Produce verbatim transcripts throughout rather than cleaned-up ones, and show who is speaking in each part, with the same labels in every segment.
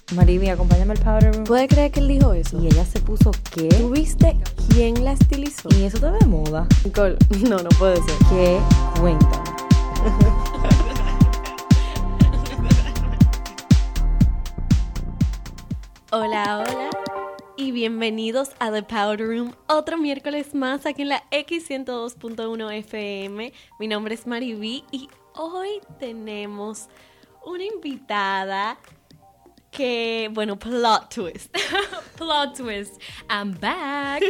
Speaker 1: Mariby, acompáñame al powder room.
Speaker 2: ¿Puedes creer que él dijo eso?
Speaker 1: Y ella se puso ¿qué?
Speaker 2: ¿Tú viste quién la estilizó?
Speaker 1: ¿Y eso te ve moda?
Speaker 2: Nicole, no, no puede ser.
Speaker 1: ¿Qué? Cuéntame.
Speaker 2: Hola, hola. Y bienvenidos a The Powder Room, otro miércoles más aquí en la X ciento dos punto uno F M. Mi nombre es Mariby y hoy tenemos una invitada que, bueno, plot twist.
Speaker 3: Plot twist. I'm back.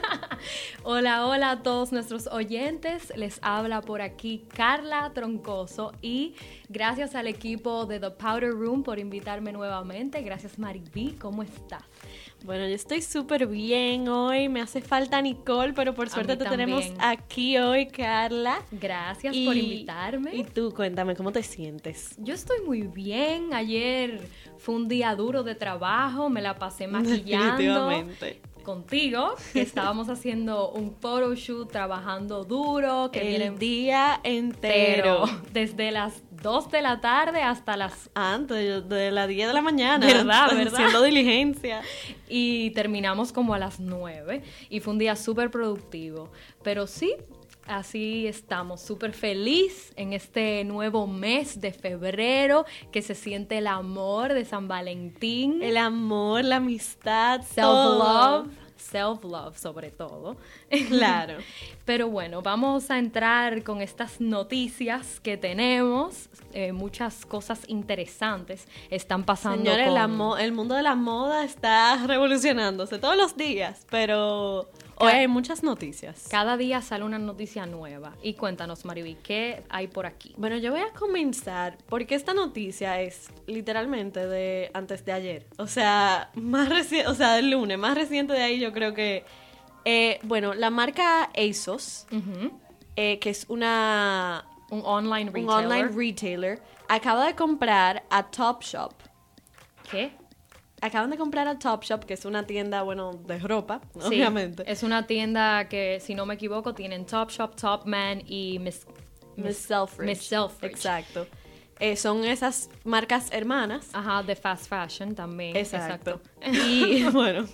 Speaker 3: Hola, hola a todos nuestros oyentes. Les habla por aquí Carla Troncoso y gracias al equipo de The Powder Room por invitarme nuevamente. Gracias, Mariby. ¿Cómo estás?
Speaker 2: Bueno, yo estoy súper bien hoy. Me hace falta Nicole, pero por suerte te
Speaker 3: también.
Speaker 2: tenemos aquí hoy, Carla.
Speaker 3: Gracias
Speaker 2: Y-
Speaker 3: por invitarme.
Speaker 2: Y tú, cuéntame, ¿cómo te sientes?
Speaker 3: Yo estoy muy bien. Ayer fue un día duro de trabajo. Me la pasé maquillando.
Speaker 2: Definitivamente.
Speaker 3: Contigo, que estábamos haciendo un photoshoot, trabajando duro, que
Speaker 2: El
Speaker 3: vienen
Speaker 2: día entero.
Speaker 3: pero desde las dos de la tarde hasta las...
Speaker 2: Antes, yo- de las diez de la mañana.
Speaker 3: ¿Verdad, verdad?
Speaker 2: Haciendo diligencia.
Speaker 3: Y terminamos como a las nueve y fue un día súper productivo. Pero sí, así estamos, súper feliz en este nuevo mes de febrero, que se siente el amor de San Valentín.
Speaker 2: El amor, la amistad, todo.
Speaker 3: Self-love, self-love sobre todo.
Speaker 2: Claro.
Speaker 3: Pero bueno, vamos a entrar con estas noticias que tenemos. Eh, muchas cosas interesantes están pasando.
Speaker 2: Señores,
Speaker 3: con...
Speaker 2: la mo- el mundo de la moda está revolucionándose todos los días, pero hoy
Speaker 3: Ca-
Speaker 2: hay muchas noticias.
Speaker 3: Cada día sale una noticia nueva. Y cuéntanos, Mariby, ¿qué hay por aquí?
Speaker 2: Bueno, yo voy a comenzar porque esta noticia es literalmente de antes de ayer. O sea, más reciente, o sea, del lunes, más reciente de ahí yo creo que... eh, bueno, la marca ASOS,
Speaker 3: Ujú.
Speaker 2: eh, que es una...
Speaker 3: Un online
Speaker 2: un
Speaker 3: retailer.
Speaker 2: online retailer, acaba de comprar a Topshop.
Speaker 3: ¿Qué?
Speaker 2: Acaban de comprar a Topshop, que es una tienda, bueno, de ropa,
Speaker 3: Sí,
Speaker 2: obviamente.
Speaker 3: es una tienda que, si no me equivoco, tienen Topshop, Topman y Miss...
Speaker 2: Miss Selfridge.
Speaker 3: Miss Selfridge.
Speaker 2: Exacto. Eh, son esas marcas hermanas.
Speaker 3: Ajá, de fast fashion también.
Speaker 2: Exacto. Y bueno.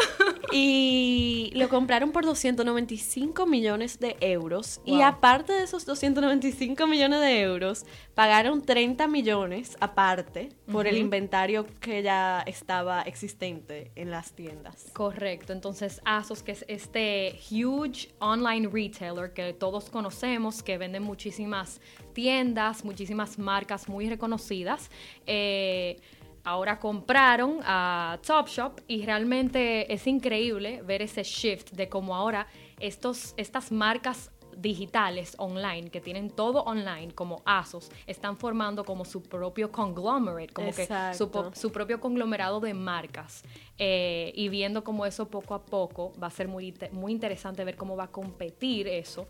Speaker 2: Y lo compraron por doscientos noventa y cinco millones de euros. Y
Speaker 3: Wow.
Speaker 2: aparte de esos doscientos noventa y cinco millones de euros, pagaron treinta millones aparte por el
Speaker 3: Ujú.
Speaker 2: inventario que ya estaba existente en las tiendas.
Speaker 3: Correcto, entonces ASOS, que es este huge online retailer que todos conocemos, que vende muchísimas tiendas, muchísimas marcas muy reconocidas, eh, ahora compraron a Topshop y realmente es increíble ver ese shift de cómo ahora estos, estas marcas digitales online, que tienen todo online, como ASOS, están formando como su propio conglomerate, como que su,
Speaker 2: Exacto.
Speaker 3: po- su propio conglomerado de marcas. Eh, y viendo cómo eso poco a poco va a ser muy, inte- muy interesante ver cómo va a competir eso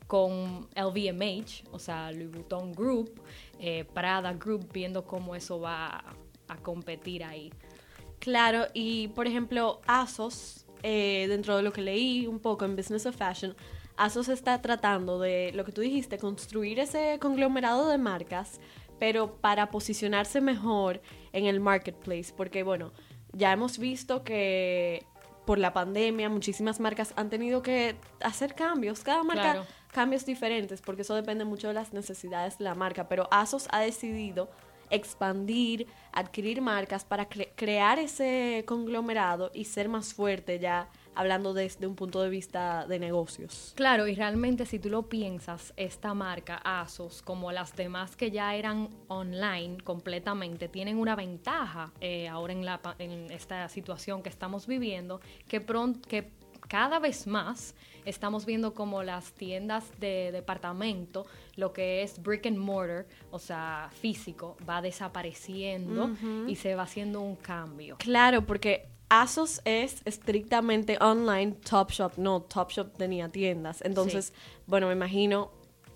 Speaker 3: con L V M H, o sea, Louis Vuitton Group, eh, Prada Group, viendo cómo eso va a, a competir ahí.
Speaker 2: Claro, y por ejemplo, ASOS, eh, dentro de lo que leí un poco en Business of Fashion, ASOS está tratando de, lo que tú dijiste, construir ese conglomerado de marcas, pero para posicionarse mejor en el marketplace, porque bueno, ya hemos visto que por la pandemia muchísimas marcas han tenido que hacer cambios, cada marca
Speaker 3: Claro.
Speaker 2: cambios diferentes, porque eso depende mucho de las necesidades de la marca, pero ASOS ha decidido expandir, adquirir marcas para cre- crear ese conglomerado y ser más fuerte ya hablando desde un punto de vista de negocios.
Speaker 3: Claro, y realmente si tú lo piensas, esta marca ASOS, como las demás que ya eran online completamente, tienen una ventaja eh, ahora en, la, pa- en esta situación que estamos viviendo, que, pronto, que cada vez más estamos viendo como las tiendas de departamento, lo que es brick and mortar, o sea, físico, va desapareciendo y se va haciendo un cambio.
Speaker 2: Claro, porque ASOS es estrictamente online, Topshop no, Topshop tenía tiendas, entonces,
Speaker 3: Sí.
Speaker 2: bueno, me imagino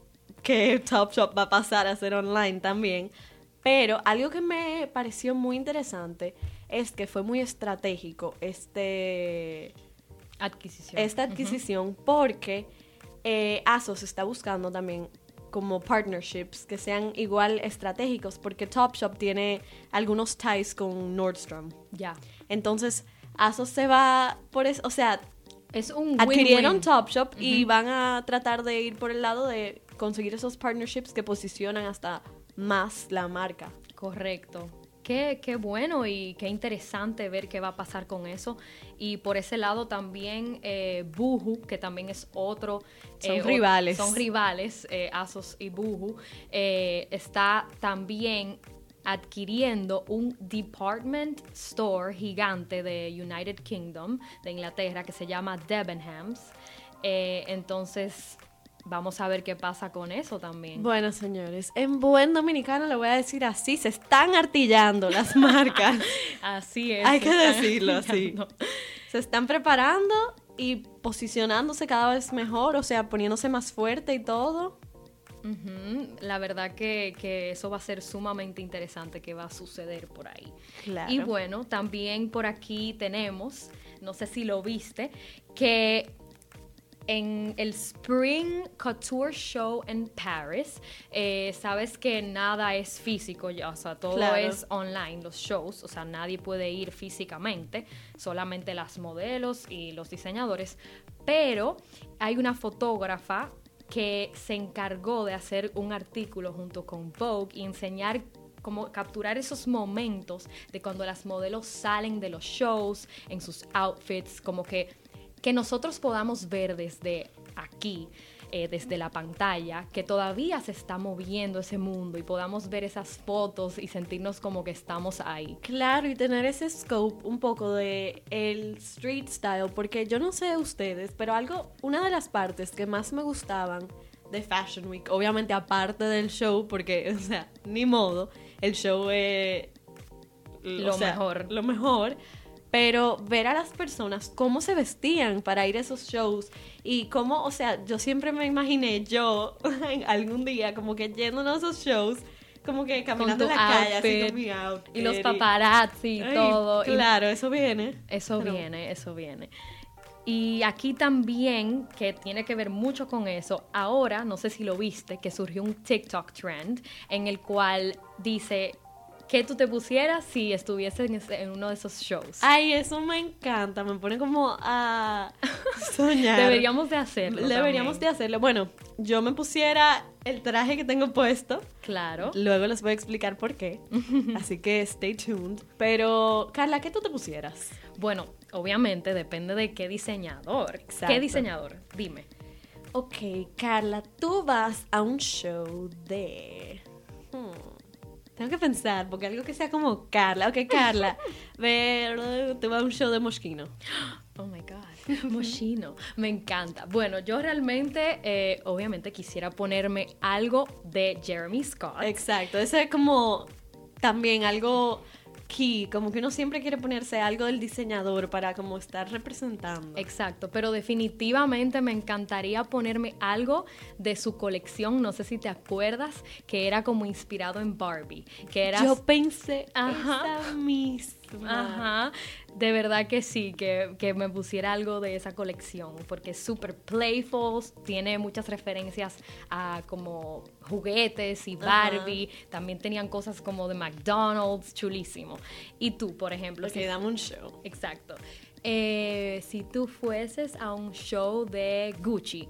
Speaker 2: que Topshop va a pasar a ser online también, pero algo que me pareció muy interesante es que fue muy estratégico este...
Speaker 3: Adquisición.
Speaker 2: esta adquisición porque eh, ASOS está buscando también como partnerships que sean igual estratégicos, porque Topshop tiene algunos ties con Nordstrom.
Speaker 3: Ya.
Speaker 2: Entonces, ASOS se va por eso, o sea,
Speaker 3: Es un
Speaker 2: adquirieron
Speaker 3: win-win.
Speaker 2: Topshop y
Speaker 3: Ujú.
Speaker 2: van a tratar de ir por el lado de conseguir esos partnerships que posicionan hasta más la marca.
Speaker 3: Correcto. Qué, qué bueno y qué interesante ver qué va a pasar con eso. Y por ese lado también eh, Boohoo, que también es otro...
Speaker 2: Son
Speaker 3: eh, o-
Speaker 2: rivales.
Speaker 3: Son rivales, eh, ASOS y Boohoo. eh, está también adquiriendo un department store gigante de United Kingdom, de Inglaterra, que se llama Debenhams. Eh, entonces... Vamos a ver qué pasa con eso también.
Speaker 2: Bueno, señores, en buen dominicano le voy a decir así, se están artillando las marcas.
Speaker 3: Así es.
Speaker 2: Hay
Speaker 3: se
Speaker 2: que
Speaker 3: están
Speaker 2: decirlo así.
Speaker 3: artillando.
Speaker 2: Se están preparando y posicionándose cada vez mejor, o sea, poniéndose más fuerte y todo.
Speaker 3: Ujú. La verdad que, que eso va a ser sumamente interesante que va a suceder por ahí.
Speaker 2: Claro.
Speaker 3: Y bueno, también por aquí tenemos, no sé si lo viste, que en el Spring Couture Show en Paris, eh, sabes que nada es físico ya, o sea, todo
Speaker 2: Claro.
Speaker 3: es online, los shows, o sea, nadie puede ir físicamente, solamente las modelos y los diseñadores, pero hay una fotógrafa que se encargó de hacer un artículo junto con Vogue y enseñar como capturar esos momentos de cuando las modelos salen de los shows en sus outfits, como que que nosotros podamos ver desde aquí, eh, desde la pantalla, que todavía se está moviendo ese mundo y podamos ver esas fotos y sentirnos como que estamos ahí.
Speaker 2: Claro, y tener ese scope un poco de el street style, porque yo no sé ustedes, pero algo, una de las partes que más me gustaban de Fashion Week, obviamente aparte del show, porque, o sea, ni modo, el show es
Speaker 3: Lo
Speaker 2: o sea,
Speaker 3: mejor.
Speaker 2: lo mejor, pero ver a las personas cómo se vestían para ir a esos shows y cómo, o sea, yo siempre me imaginé yo en algún día como que yéndonos a esos shows, como que caminando
Speaker 3: tu
Speaker 2: en la calle así
Speaker 3: outfit
Speaker 2: con mi outfit.
Speaker 3: Y los paparazzi y
Speaker 2: Ay,
Speaker 3: todo. y-
Speaker 2: Claro, eso viene.
Speaker 3: Eso
Speaker 2: Pero-
Speaker 3: viene, eso viene. Y aquí también, que tiene que ver mucho con eso, ahora, no sé si lo viste, que surgió un TikTok trend en el cual dice que tú te pusieras si estuvieses en, ese- en uno de esos shows.
Speaker 2: Ay, eso me encanta, me pone como a soñar.
Speaker 3: Deberíamos de hacerlo.
Speaker 2: Deberíamos de
Speaker 3: también.
Speaker 2: hacerlo. Bueno, yo me pusiera el traje que tengo puesto.
Speaker 3: Claro.
Speaker 2: Luego les voy a explicar por qué. Así que stay tuned. Pero, Carla, ¿qué tú te pusieras?
Speaker 3: Bueno, obviamente depende de qué diseñador.
Speaker 2: Exacto.
Speaker 3: ¿Qué diseñador? Dime.
Speaker 2: Ok, Carla, tú vas a un show de... Hmm, Tengo que pensar, porque algo que sea como Carla. Ok, Carla, ver, tú vas a un show de Moschino.
Speaker 3: Oh my God, Moschino, me encanta. Bueno, yo realmente, eh, obviamente quisiera ponerme algo de Jeremy Scott.
Speaker 2: Exacto, eso es como también algo key, como que uno siempre quiere ponerse algo del diseñador para como estar representando.
Speaker 3: Exacto, pero definitivamente me encantaría ponerme algo de su colección, no sé si te acuerdas, que era como inspirado en Barbie, que era...
Speaker 2: Yo pensé
Speaker 3: Ajá.
Speaker 2: esa misma.
Speaker 3: Ajá, de verdad que sí, que, que me pusiera algo de esa colección, porque es súper playful, tiene muchas referencias a como juguetes y Barbie, también tenían cosas como de McDonald's, chulísimo. Y tú, por ejemplo,
Speaker 2: Ok,
Speaker 3: si-
Speaker 2: dame un show.
Speaker 3: exacto, Eh, si tú fueses a un show de Gucci,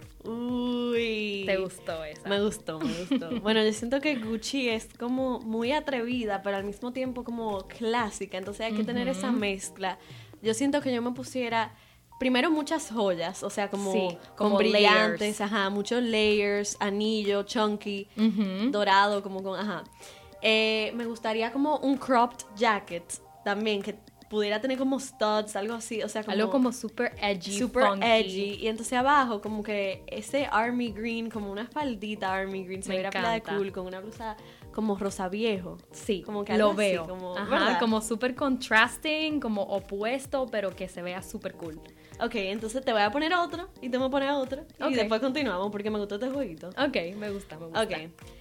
Speaker 2: Uy.
Speaker 3: ¿te gustó esa?
Speaker 2: Me gustó, me gustó. Bueno, yo siento que Gucci es como muy atrevida, pero al mismo tiempo como clásica. Entonces hay que tener esa mezcla. Yo siento que yo me pusiera primero muchas joyas, o sea, como,
Speaker 3: Sí,
Speaker 2: con
Speaker 3: como
Speaker 2: brillantes,
Speaker 3: layers.
Speaker 2: ajá, muchos layers, anillo, chunky,
Speaker 3: Ujú.
Speaker 2: dorado, como con, ajá. Eh, me gustaría como un cropped jacket también, que pudiera tener como studs, algo así, o sea, como...
Speaker 3: Algo como super edgy,
Speaker 2: super
Speaker 3: funky.
Speaker 2: edgy, y entonces abajo como que ese army green, como una faldita army green, se
Speaker 3: Me
Speaker 2: vería pila de
Speaker 3: encanta.
Speaker 2: cool, con una blusa como rosa viejo.
Speaker 3: Sí,
Speaker 2: Como que algo
Speaker 3: lo
Speaker 2: así,
Speaker 3: veo.
Speaker 2: como-
Speaker 3: Ajá,
Speaker 2: ¿verdad?
Speaker 3: como súper contrasting, como opuesto, pero que se vea súper cool.
Speaker 2: Ok, entonces te voy a poner otro, y te voy a poner otro,
Speaker 3: Ok.
Speaker 2: y después continuamos, porque me gustó este jueguito.
Speaker 3: Ok, me gusta, me gusta.
Speaker 2: Ok.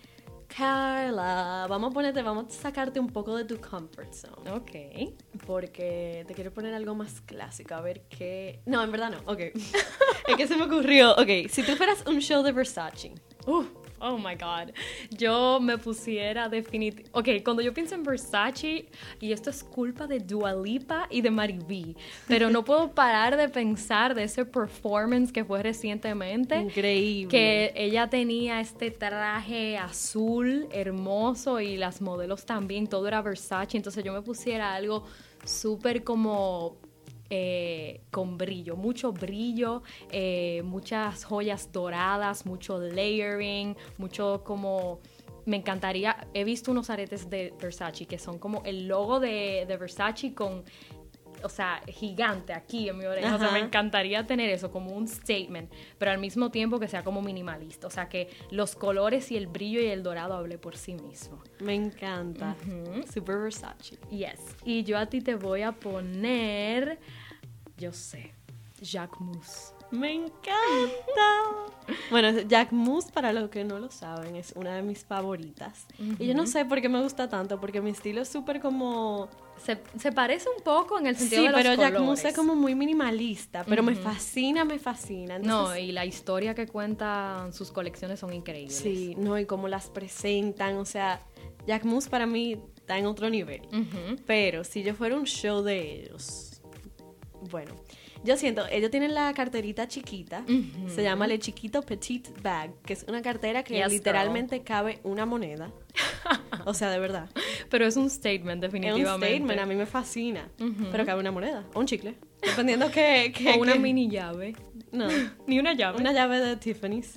Speaker 2: Carla, vamos a ponerte, vamos a sacarte un poco de tu comfort zone.
Speaker 3: Ok.
Speaker 2: Porque te quiero poner algo más clásico, a ver qué... No, en verdad no, ok. Es que se me ocurrió, ok, si tú fueras un show de Versace,
Speaker 3: Uh, Oh my God. Yo me pusiera definitivamente. Ok, cuando yo pienso en Versace, y esto es culpa de Dua Lipa y de Mari B, pero no puedo parar de pensar de ese performance que fue recientemente.
Speaker 2: Increíble.
Speaker 3: Que ella tenía este traje azul hermoso y las modelos también, todo era Versace. Entonces yo me pusiera algo súper como. Eh, con brillo, mucho brillo, eh, muchas joyas doradas, mucho layering, mucho como... Me encantaría, he visto unos aretes de Versace que son como el logo de, de Versace con, o sea, gigante aquí en mi oreja. Ajá. O sea, me encantaría tener eso como un statement, pero al mismo tiempo que sea como minimalista, o sea, que los colores y el brillo y el dorado hable por sí mismo.
Speaker 2: Me encanta.
Speaker 3: Uh-huh.
Speaker 2: Super Versace.
Speaker 3: Yes. Y yo a ti te voy a poner, yo sé, Jacquemus.
Speaker 2: Me encanta. Bueno, Jacquemus, para los que no lo saben, es una de mis favoritas. Uh-huh. Y yo no sé por qué me gusta tanto, porque mi estilo es súper como...
Speaker 3: Se, se parece un poco en el sentido
Speaker 2: sí,
Speaker 3: de los
Speaker 2: pero
Speaker 3: colores.
Speaker 2: Jacquemus es como muy minimalista, pero
Speaker 3: uh-huh.
Speaker 2: me fascina, me fascina. Entonces,
Speaker 3: no, y la historia que cuentan sus colecciones son increíbles.
Speaker 2: Sí, no, y cómo las presentan, o sea, Jacquemus para mí está en otro nivel.
Speaker 3: Uh-huh.
Speaker 2: Pero si yo fuera un show de ellos, bueno... Yo siento, ellos tienen la carterita chiquita, uh-huh. se llama Le Chiquito Petit Bag, que es una cartera que yes, literalmente girl. Cabe una moneda. O sea, de verdad.
Speaker 3: Pero es un statement, definitivamente.
Speaker 2: Es un statement, a mí me fascina. Uh-huh. Pero cabe una moneda, o un chicle. Dependiendo que... que
Speaker 3: o una
Speaker 2: que...
Speaker 3: mini llave.
Speaker 2: No.
Speaker 3: Ni una llave.
Speaker 2: Una llave de Tiffany's.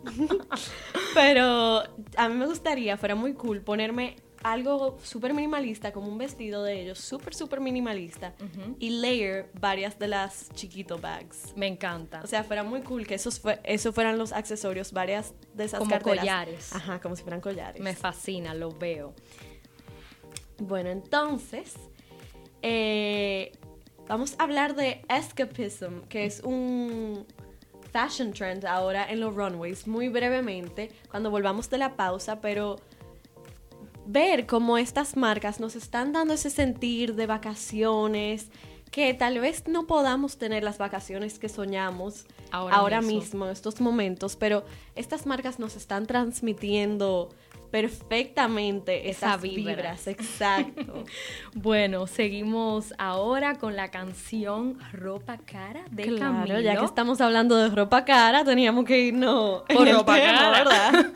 Speaker 2: Pero a mí me gustaría, fuera muy cool, ponerme... algo súper minimalista, como un vestido de ellos, súper, súper minimalista, uh-huh. y layer varias de las chiquito bags.
Speaker 3: Me encanta.
Speaker 2: O sea, fuera muy cool que esos, fue, esos fueran los accesorios, varias de esas
Speaker 3: como
Speaker 2: carteras.
Speaker 3: collares.
Speaker 2: Ajá, como si fueran collares.
Speaker 3: Me fascina, lo veo.
Speaker 2: Bueno, entonces, eh, vamos a hablar de escapism, que es un... fashion trend ahora en los runways, muy brevemente, cuando volvamos de la pausa, pero... ver cómo estas marcas nos están dando ese sentir de vacaciones, que tal vez no podamos tener las vacaciones que soñamos ahora, ahora mismo. mismo, en estos momentos, pero estas marcas nos están transmitiendo perfectamente esas vibras. vibras. Exacto.
Speaker 3: Bueno, seguimos ahora con la canción Ropa Cara de
Speaker 2: claro,
Speaker 3: Camilo.
Speaker 2: Ya que estamos hablando de ropa cara, teníamos que irnos
Speaker 3: por ropa tema, cara,
Speaker 2: ¿verdad?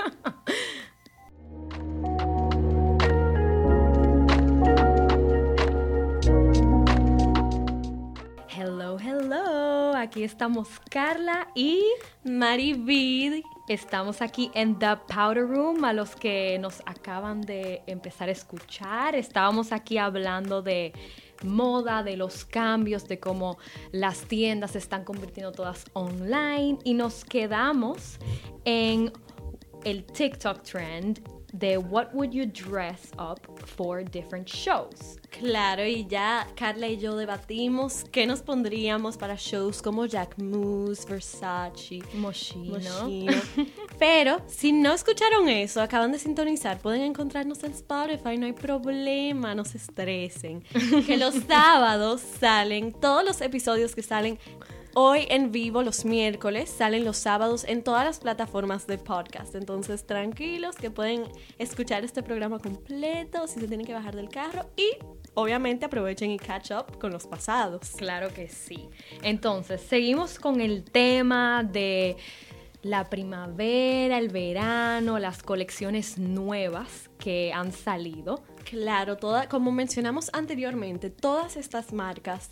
Speaker 3: Hello, hello, aquí estamos Carla y
Speaker 2: Mari B.
Speaker 3: Estamos aquí en The Powder Room. A los que nos acaban de empezar a escuchar, estábamos aquí hablando de moda, de los cambios, de cómo las tiendas se están convirtiendo todas online, y nos quedamos en el TikTok trend de what would you dress up for different shows.
Speaker 2: Claro, y ya Carla y yo debatimos qué nos pondríamos para shows como Jacquemus, Versace,
Speaker 3: Moschino.
Speaker 2: Moschino. Pero si no escucharon eso, acaban de sintonizar, pueden encontrarnos en Spotify, no hay problema, no se estresen. Que los sábados salen todos los episodios que salen hoy en vivo, los miércoles, salen los sábados en todas las plataformas de podcast. Entonces, tranquilos que pueden escuchar este programa completo si se tienen que bajar del carro, y obviamente aprovechen y catch up con los pasados.
Speaker 3: Claro que sí. Entonces, seguimos con el tema de la primavera, el verano, las colecciones nuevas que han salido.
Speaker 2: Claro, toda, como mencionamos anteriormente, todas estas marcas...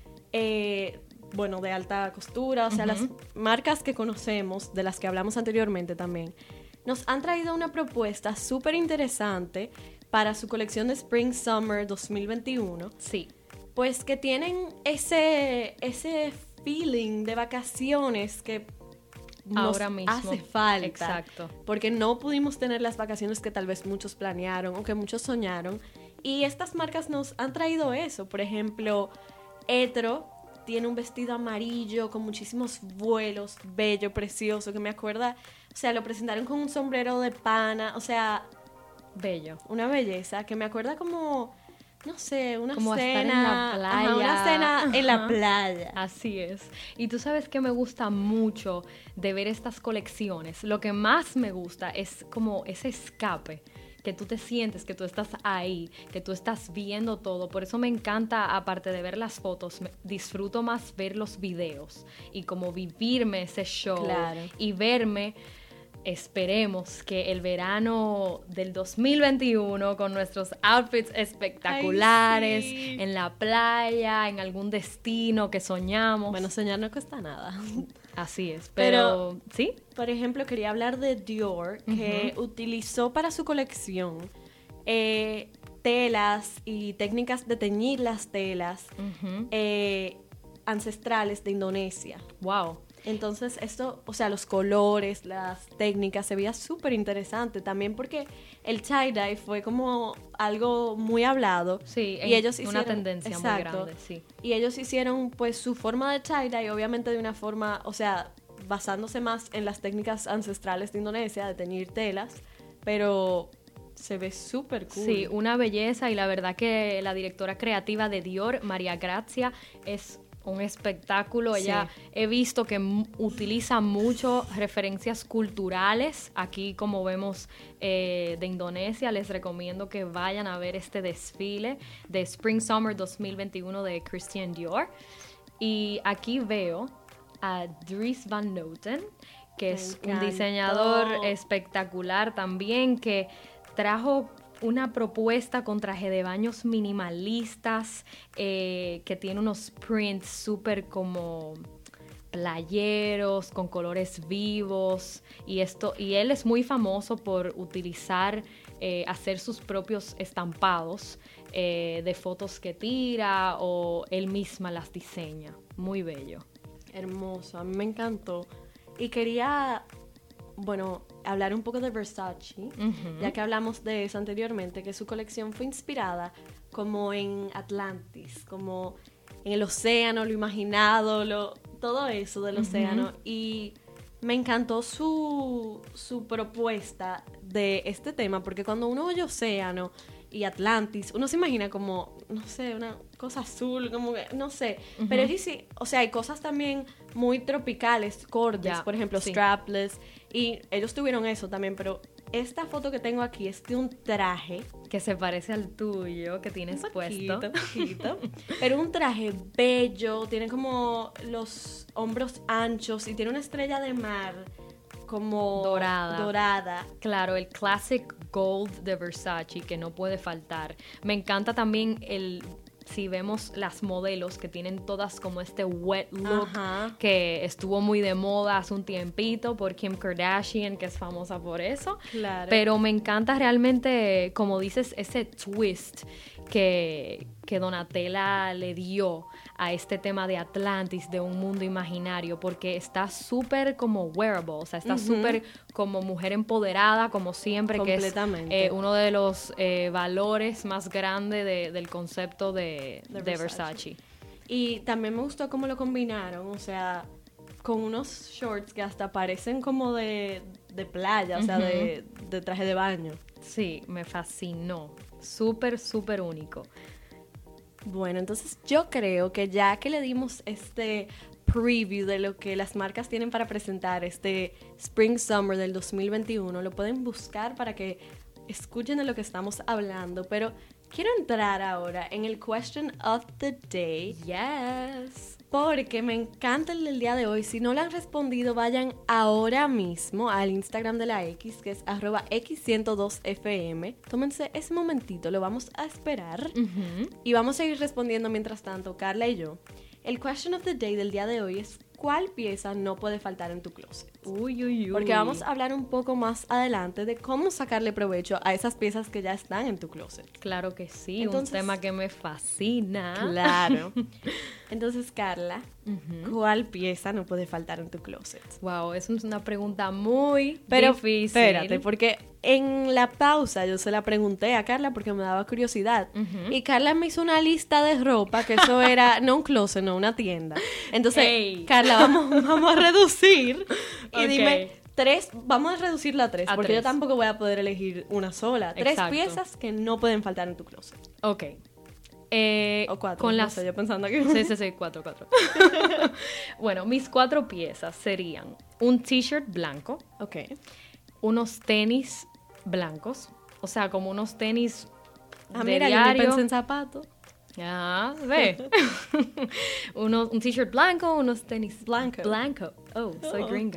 Speaker 2: Eh, bueno, de alta costura, o sea, uh-huh. las marcas que conocemos, de las que hablamos anteriormente también, nos han traído una propuesta súper interesante para su colección de Spring Summer dos mil veintiuno.
Speaker 3: Sí.
Speaker 2: Pues que tienen ese, ese feeling de vacaciones que nos
Speaker 3: ahora mismo
Speaker 2: hace falta.
Speaker 3: Exacto.
Speaker 2: Porque no pudimos tener las vacaciones que tal vez muchos planearon o que muchos soñaron. Y estas marcas nos han traído eso. Por ejemplo, Etro tiene un vestido amarillo con muchísimos vuelos, bello, precioso, que me acuerda, o sea, lo presentaron con un sombrero de pana, o sea,
Speaker 3: bello,
Speaker 2: una belleza, que me acuerda como no sé, una
Speaker 3: Como estar en
Speaker 2: cena,
Speaker 3: la playa.
Speaker 2: ajá, una cena en la
Speaker 3: Ajá.
Speaker 2: playa.
Speaker 3: Así es. Y tú sabes que me gusta mucho de ver estas colecciones. Lo que más me gusta es como ese escape, que tú te sientes, que tú estás ahí, que tú estás viendo todo. Por eso me encanta, aparte de ver las fotos, me- disfruto más ver los videos y como vivirme ese show
Speaker 2: Claro.
Speaker 3: y verme. Esperemos que el verano del dos mil veintiuno con nuestros outfits espectaculares,
Speaker 2: Ay, sí.
Speaker 3: en la playa, en algún destino que soñamos.
Speaker 2: Bueno, soñar no cuesta nada.
Speaker 3: Así es, pero,
Speaker 2: Pero-
Speaker 3: ¿sí?
Speaker 2: Por ejemplo, quería hablar de Dior, que utilizó para su colección eh, telas y técnicas de teñir las telas
Speaker 3: Ujú.
Speaker 2: eh, ancestrales de Indonesia.
Speaker 3: Wow.
Speaker 2: Entonces, esto, o sea, los colores, las técnicas, se veía súper interesante también porque el tie-dye fue como algo muy hablado.
Speaker 3: Sí,
Speaker 2: y
Speaker 3: en-
Speaker 2: ellos
Speaker 3: una
Speaker 2: hicieron,
Speaker 3: tendencia muy
Speaker 2: exacto,
Speaker 3: grande, sí.
Speaker 2: Y ellos hicieron pues su forma de tie-dye, obviamente de una forma, o sea, basándose más en las técnicas ancestrales de Indonesia, de teñir telas, pero se ve súper cool.
Speaker 3: Sí, una belleza y la verdad que la directora creativa de Dior, María Grazia, es un espectáculo.
Speaker 2: Sí.
Speaker 3: Ella he visto que m- utiliza mucho referencias culturales. Aquí como vemos eh, de Indonesia, les recomiendo que vayan a ver este desfile de Spring Summer dos mil veintiuno de Christian Dior. Y aquí veo a Dries Van Noten, que
Speaker 2: Me
Speaker 3: es un
Speaker 2: encantó.
Speaker 3: diseñador espectacular también, que trajo una propuesta con traje de baños minimalistas, eh, que tiene unos prints súper como playeros, con colores vivos, y esto, y él es muy famoso por utilizar, eh, hacer sus propios estampados eh, de fotos que tira o él misma las diseña. Muy bello.
Speaker 2: Hermoso, a mí me encantó. Y quería, bueno, hablar un poco de Versace,
Speaker 3: Ujú.
Speaker 2: ya que hablamos de eso anteriormente, que su colección fue inspirada como en Atlantis, como en el océano, lo imaginado, lo, todo eso del océano. Y me encantó su, su propuesta de este tema, porque cuando uno oye océano y Atlantis, uno se imagina como, no sé, una cosa azul, como que, no sé. Pero sí, sí, o sea, hay cosas también muy tropicales, cortes,
Speaker 3: Ya,
Speaker 2: por ejemplo,
Speaker 3: sí.
Speaker 2: strapless, y ellos tuvieron eso también, pero esta foto que tengo aquí es de un traje,
Speaker 3: Que se parece al tuyo, que tienes puesto.
Speaker 2: poquito, poquito, pero un traje bello, tiene como los hombros anchos y tiene una estrella de mar como
Speaker 3: Dorada.
Speaker 2: dorada.
Speaker 3: Claro, el classic gold de Versace que no puede faltar. Me encanta también el, si vemos las modelos que tienen todas como este wet look,
Speaker 2: Ajá.
Speaker 3: que estuvo muy de moda hace un tiempito por Kim Kardashian, que es famosa por eso.
Speaker 2: Claro.
Speaker 3: Pero me encanta realmente, como dices, ese twist que, que Donatella le dio a este tema de Atlantis, de un mundo imaginario, porque está súper como wearable, o sea, está
Speaker 2: Ujú.
Speaker 3: súper como mujer empoderada, como siempre, que es
Speaker 2: Completamente.
Speaker 3: eh, uno de los eh, valores más grandes de- del concepto de,
Speaker 2: De
Speaker 3: de
Speaker 2: Versace.
Speaker 3: Versace.
Speaker 2: Y también me gustó cómo lo combinaron, o sea, con unos shorts que hasta parecen como de, de playa, o sea,
Speaker 3: Ujú.
Speaker 2: de, de traje de baño.
Speaker 3: Sí, me fascinó. Súper, súper único.
Speaker 2: Bueno, entonces yo creo que ya que le dimos este preview de lo que las marcas tienen para presentar este Spring Summer del dos mil veintiuno, lo pueden buscar para que escuchen de lo que estamos hablando, pero quiero entrar ahora en el question of the day.
Speaker 3: Yes.
Speaker 2: Porque me encanta el del día de hoy. Si no le han respondido, vayan ahora mismo al Instagram de la X, que es arroba X ciento dos F M. Tómense ese momentito, lo vamos a esperar.
Speaker 3: Ujú.
Speaker 2: Y vamos a ir respondiendo mientras tanto, Carla y yo. El question of the day del día de hoy es: ¿cuál pieza no puede faltar en tu closet?
Speaker 3: Uy, uy, uy.
Speaker 2: Porque vamos a hablar un poco más adelante de cómo sacarle provecho a esas piezas que ya están en tu closet.
Speaker 3: Claro que sí,
Speaker 2: Entonces-
Speaker 3: un tema que me fascina.
Speaker 2: Claro. Entonces, Carla,
Speaker 3: Ujú.
Speaker 2: ¿cuál pieza no puede faltar en tu closet?
Speaker 3: Wow, es una pregunta muy
Speaker 2: Pero
Speaker 3: difícil.
Speaker 2: espérate, porque en la pausa yo se la pregunté a Carla porque me daba curiosidad.
Speaker 3: Ujú.
Speaker 2: Y Carla me hizo una lista de ropa, que eso era no un closet, no una tienda. Entonces,
Speaker 3: Ey.
Speaker 2: Carla, vamos, vamos a reducir. Y
Speaker 3: Ok.
Speaker 2: dime, tres, vamos a reducirla a tres,
Speaker 3: A
Speaker 2: porque
Speaker 3: tres.
Speaker 2: yo tampoco voy a poder elegir una sola. Tres
Speaker 3: Exacto.
Speaker 2: piezas que no pueden faltar en tu closet.
Speaker 3: Ok, Eh,
Speaker 2: O cuatro,
Speaker 3: con
Speaker 2: no
Speaker 3: las...
Speaker 2: sé, yo pensando que...
Speaker 3: Sí, sí, sí, cuatro, cuatro. Bueno, mis cuatro piezas serían un t-shirt blanco,
Speaker 2: Ok.
Speaker 3: unos tenis blancos, o sea, como unos tenis
Speaker 2: Ah,
Speaker 3: de
Speaker 2: mira, yo ni
Speaker 3: diario.
Speaker 2: pensé en zapatos.
Speaker 3: Ah, ve. Unos, un t-shirt blanco, unos tenis
Speaker 2: Blanco.
Speaker 3: Blanco. Oh, soy
Speaker 2: Oh.
Speaker 3: gringa.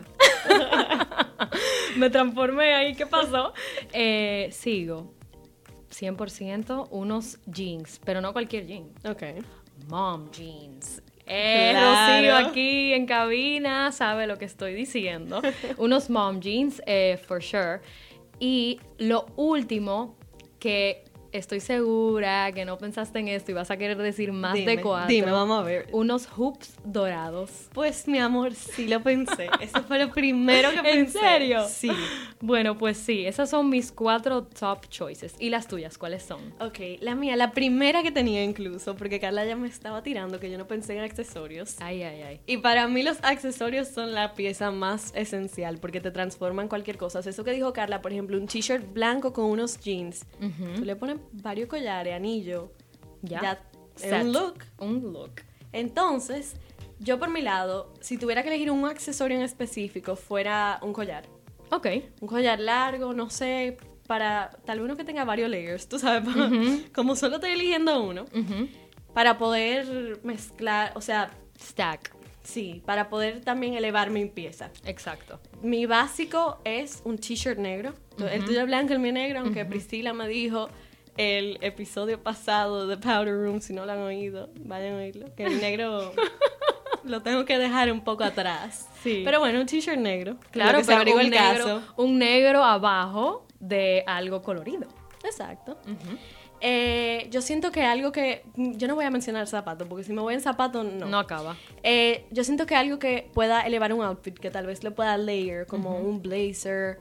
Speaker 3: Me transformé ahí, ¿qué pasó? Eh, sigo. cien por ciento unos jeans, pero no cualquier jean.
Speaker 2: Ok.
Speaker 3: Mom jeans. Eh,
Speaker 2: Claro.
Speaker 3: Rocío aquí en cabina sabe lo que estoy diciendo. Unos mom jeans, eh, for sure. Y lo último que estoy segura que no pensaste en esto y vas a querer decir más
Speaker 2: Dime,
Speaker 3: de cuatro.
Speaker 2: dime, vamos a ver.
Speaker 3: Unos hoops dorados.
Speaker 2: Pues, mi amor, sí lo pensé. Eso fue lo primero que
Speaker 3: ¿En
Speaker 2: pensé.
Speaker 3: serio?
Speaker 2: Sí.
Speaker 3: Bueno, pues sí, esas son mis cuatro top choices. ¿Y las tuyas cuáles son?
Speaker 2: Ok, la mía, la primera que tenía incluso, porque Carla ya me estaba tirando que yo no pensé en accesorios.
Speaker 3: Ay, ay, ay.
Speaker 2: Y para mí los accesorios son la pieza más esencial porque te transforman cualquier cosa. O sea, eso que dijo Carla, por ejemplo, un t-shirt blanco con unos jeans.
Speaker 3: Ujú.
Speaker 2: Tú le pones varios collares, anillo.
Speaker 3: Ya.
Speaker 2: Ya es
Speaker 3: Set.
Speaker 2: un look.
Speaker 3: Un look.
Speaker 2: Entonces, yo por mi lado, si tuviera que elegir un accesorio en específico, fuera un collar.
Speaker 3: Ok.
Speaker 2: Un collar largo, no sé, para tal vez uno que tenga varios layers, tú sabes, para- como solo estoy eligiendo uno,
Speaker 3: Ujú.
Speaker 2: para poder mezclar, o sea,
Speaker 3: Stack.
Speaker 2: sí, para poder también elevar mi pieza.
Speaker 3: Exacto.
Speaker 2: Mi básico es un t-shirt negro, el tuyo es blanco, el mío negro, aunque Priscila me dijo el episodio pasado de Powder Room, si no lo han oído, vayan a oírlo, que el negro lo tengo que dejar un poco atrás.
Speaker 3: Sí.
Speaker 2: Pero bueno, un t-shirt negro,
Speaker 3: Claro,
Speaker 2: lo que se
Speaker 3: pero
Speaker 2: averigua
Speaker 3: un
Speaker 2: el
Speaker 3: negro,
Speaker 2: caso.
Speaker 3: un negro abajo de algo colorido.
Speaker 2: Exacto. Eh, yo siento que algo que... Yo no voy a mencionar zapatos, porque si me voy en zapatos, no.
Speaker 3: No acaba.
Speaker 2: Eh, yo siento que algo que pueda elevar un outfit, que tal vez le pueda layer, como un blazer,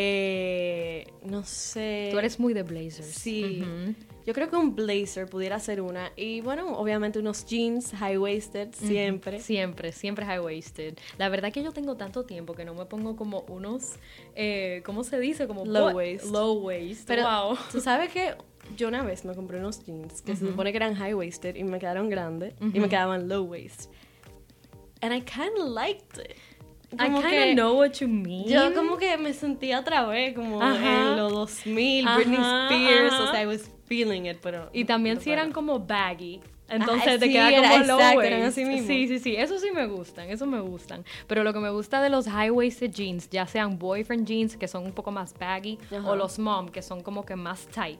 Speaker 2: eh, no sé...
Speaker 3: Tú eres muy de blazers.
Speaker 2: Sí.
Speaker 3: Ujú.
Speaker 2: Yo creo que un blazer pudiera ser una. Y bueno, obviamente unos jeans high-waisted, siempre.
Speaker 3: Siempre, siempre high-waisted. La verdad que yo tengo tanto tiempo que no me pongo como unos, eh, ¿cómo se dice? Como
Speaker 2: Low
Speaker 3: bo-
Speaker 2: waist.
Speaker 3: Low waist.
Speaker 2: Pero
Speaker 3: Wow.
Speaker 2: tú sabes que yo una vez me compré unos jeans que se supone que eran high-waisted y me quedaron grandes y me quedaban low-waist. And I kind of liked it.
Speaker 3: I
Speaker 2: Como
Speaker 3: kind
Speaker 2: que
Speaker 3: of know what you mean.
Speaker 2: Yo como que me sentía otra vez como
Speaker 3: Ajá.
Speaker 2: en los dos mil,
Speaker 3: Ajá,
Speaker 2: Britney Spears,
Speaker 3: ajá.
Speaker 2: o sea, I was feeling it, pero...
Speaker 3: Y también
Speaker 2: no
Speaker 3: si eran
Speaker 2: puedo.
Speaker 3: como baggy. Entonces
Speaker 2: Ah,
Speaker 3: te
Speaker 2: sí,
Speaker 3: queda
Speaker 2: era-
Speaker 3: como low
Speaker 2: exacto,
Speaker 3: waist.
Speaker 2: eran así mismo.
Speaker 3: Sí, sí, sí. Eso sí me gustan, eso me gustan. Pero lo que me gusta de los high-waisted jeans, ya sean boyfriend jeans, que son un poco más baggy,
Speaker 2: Ajá.
Speaker 3: o los mom, que son como que más tight,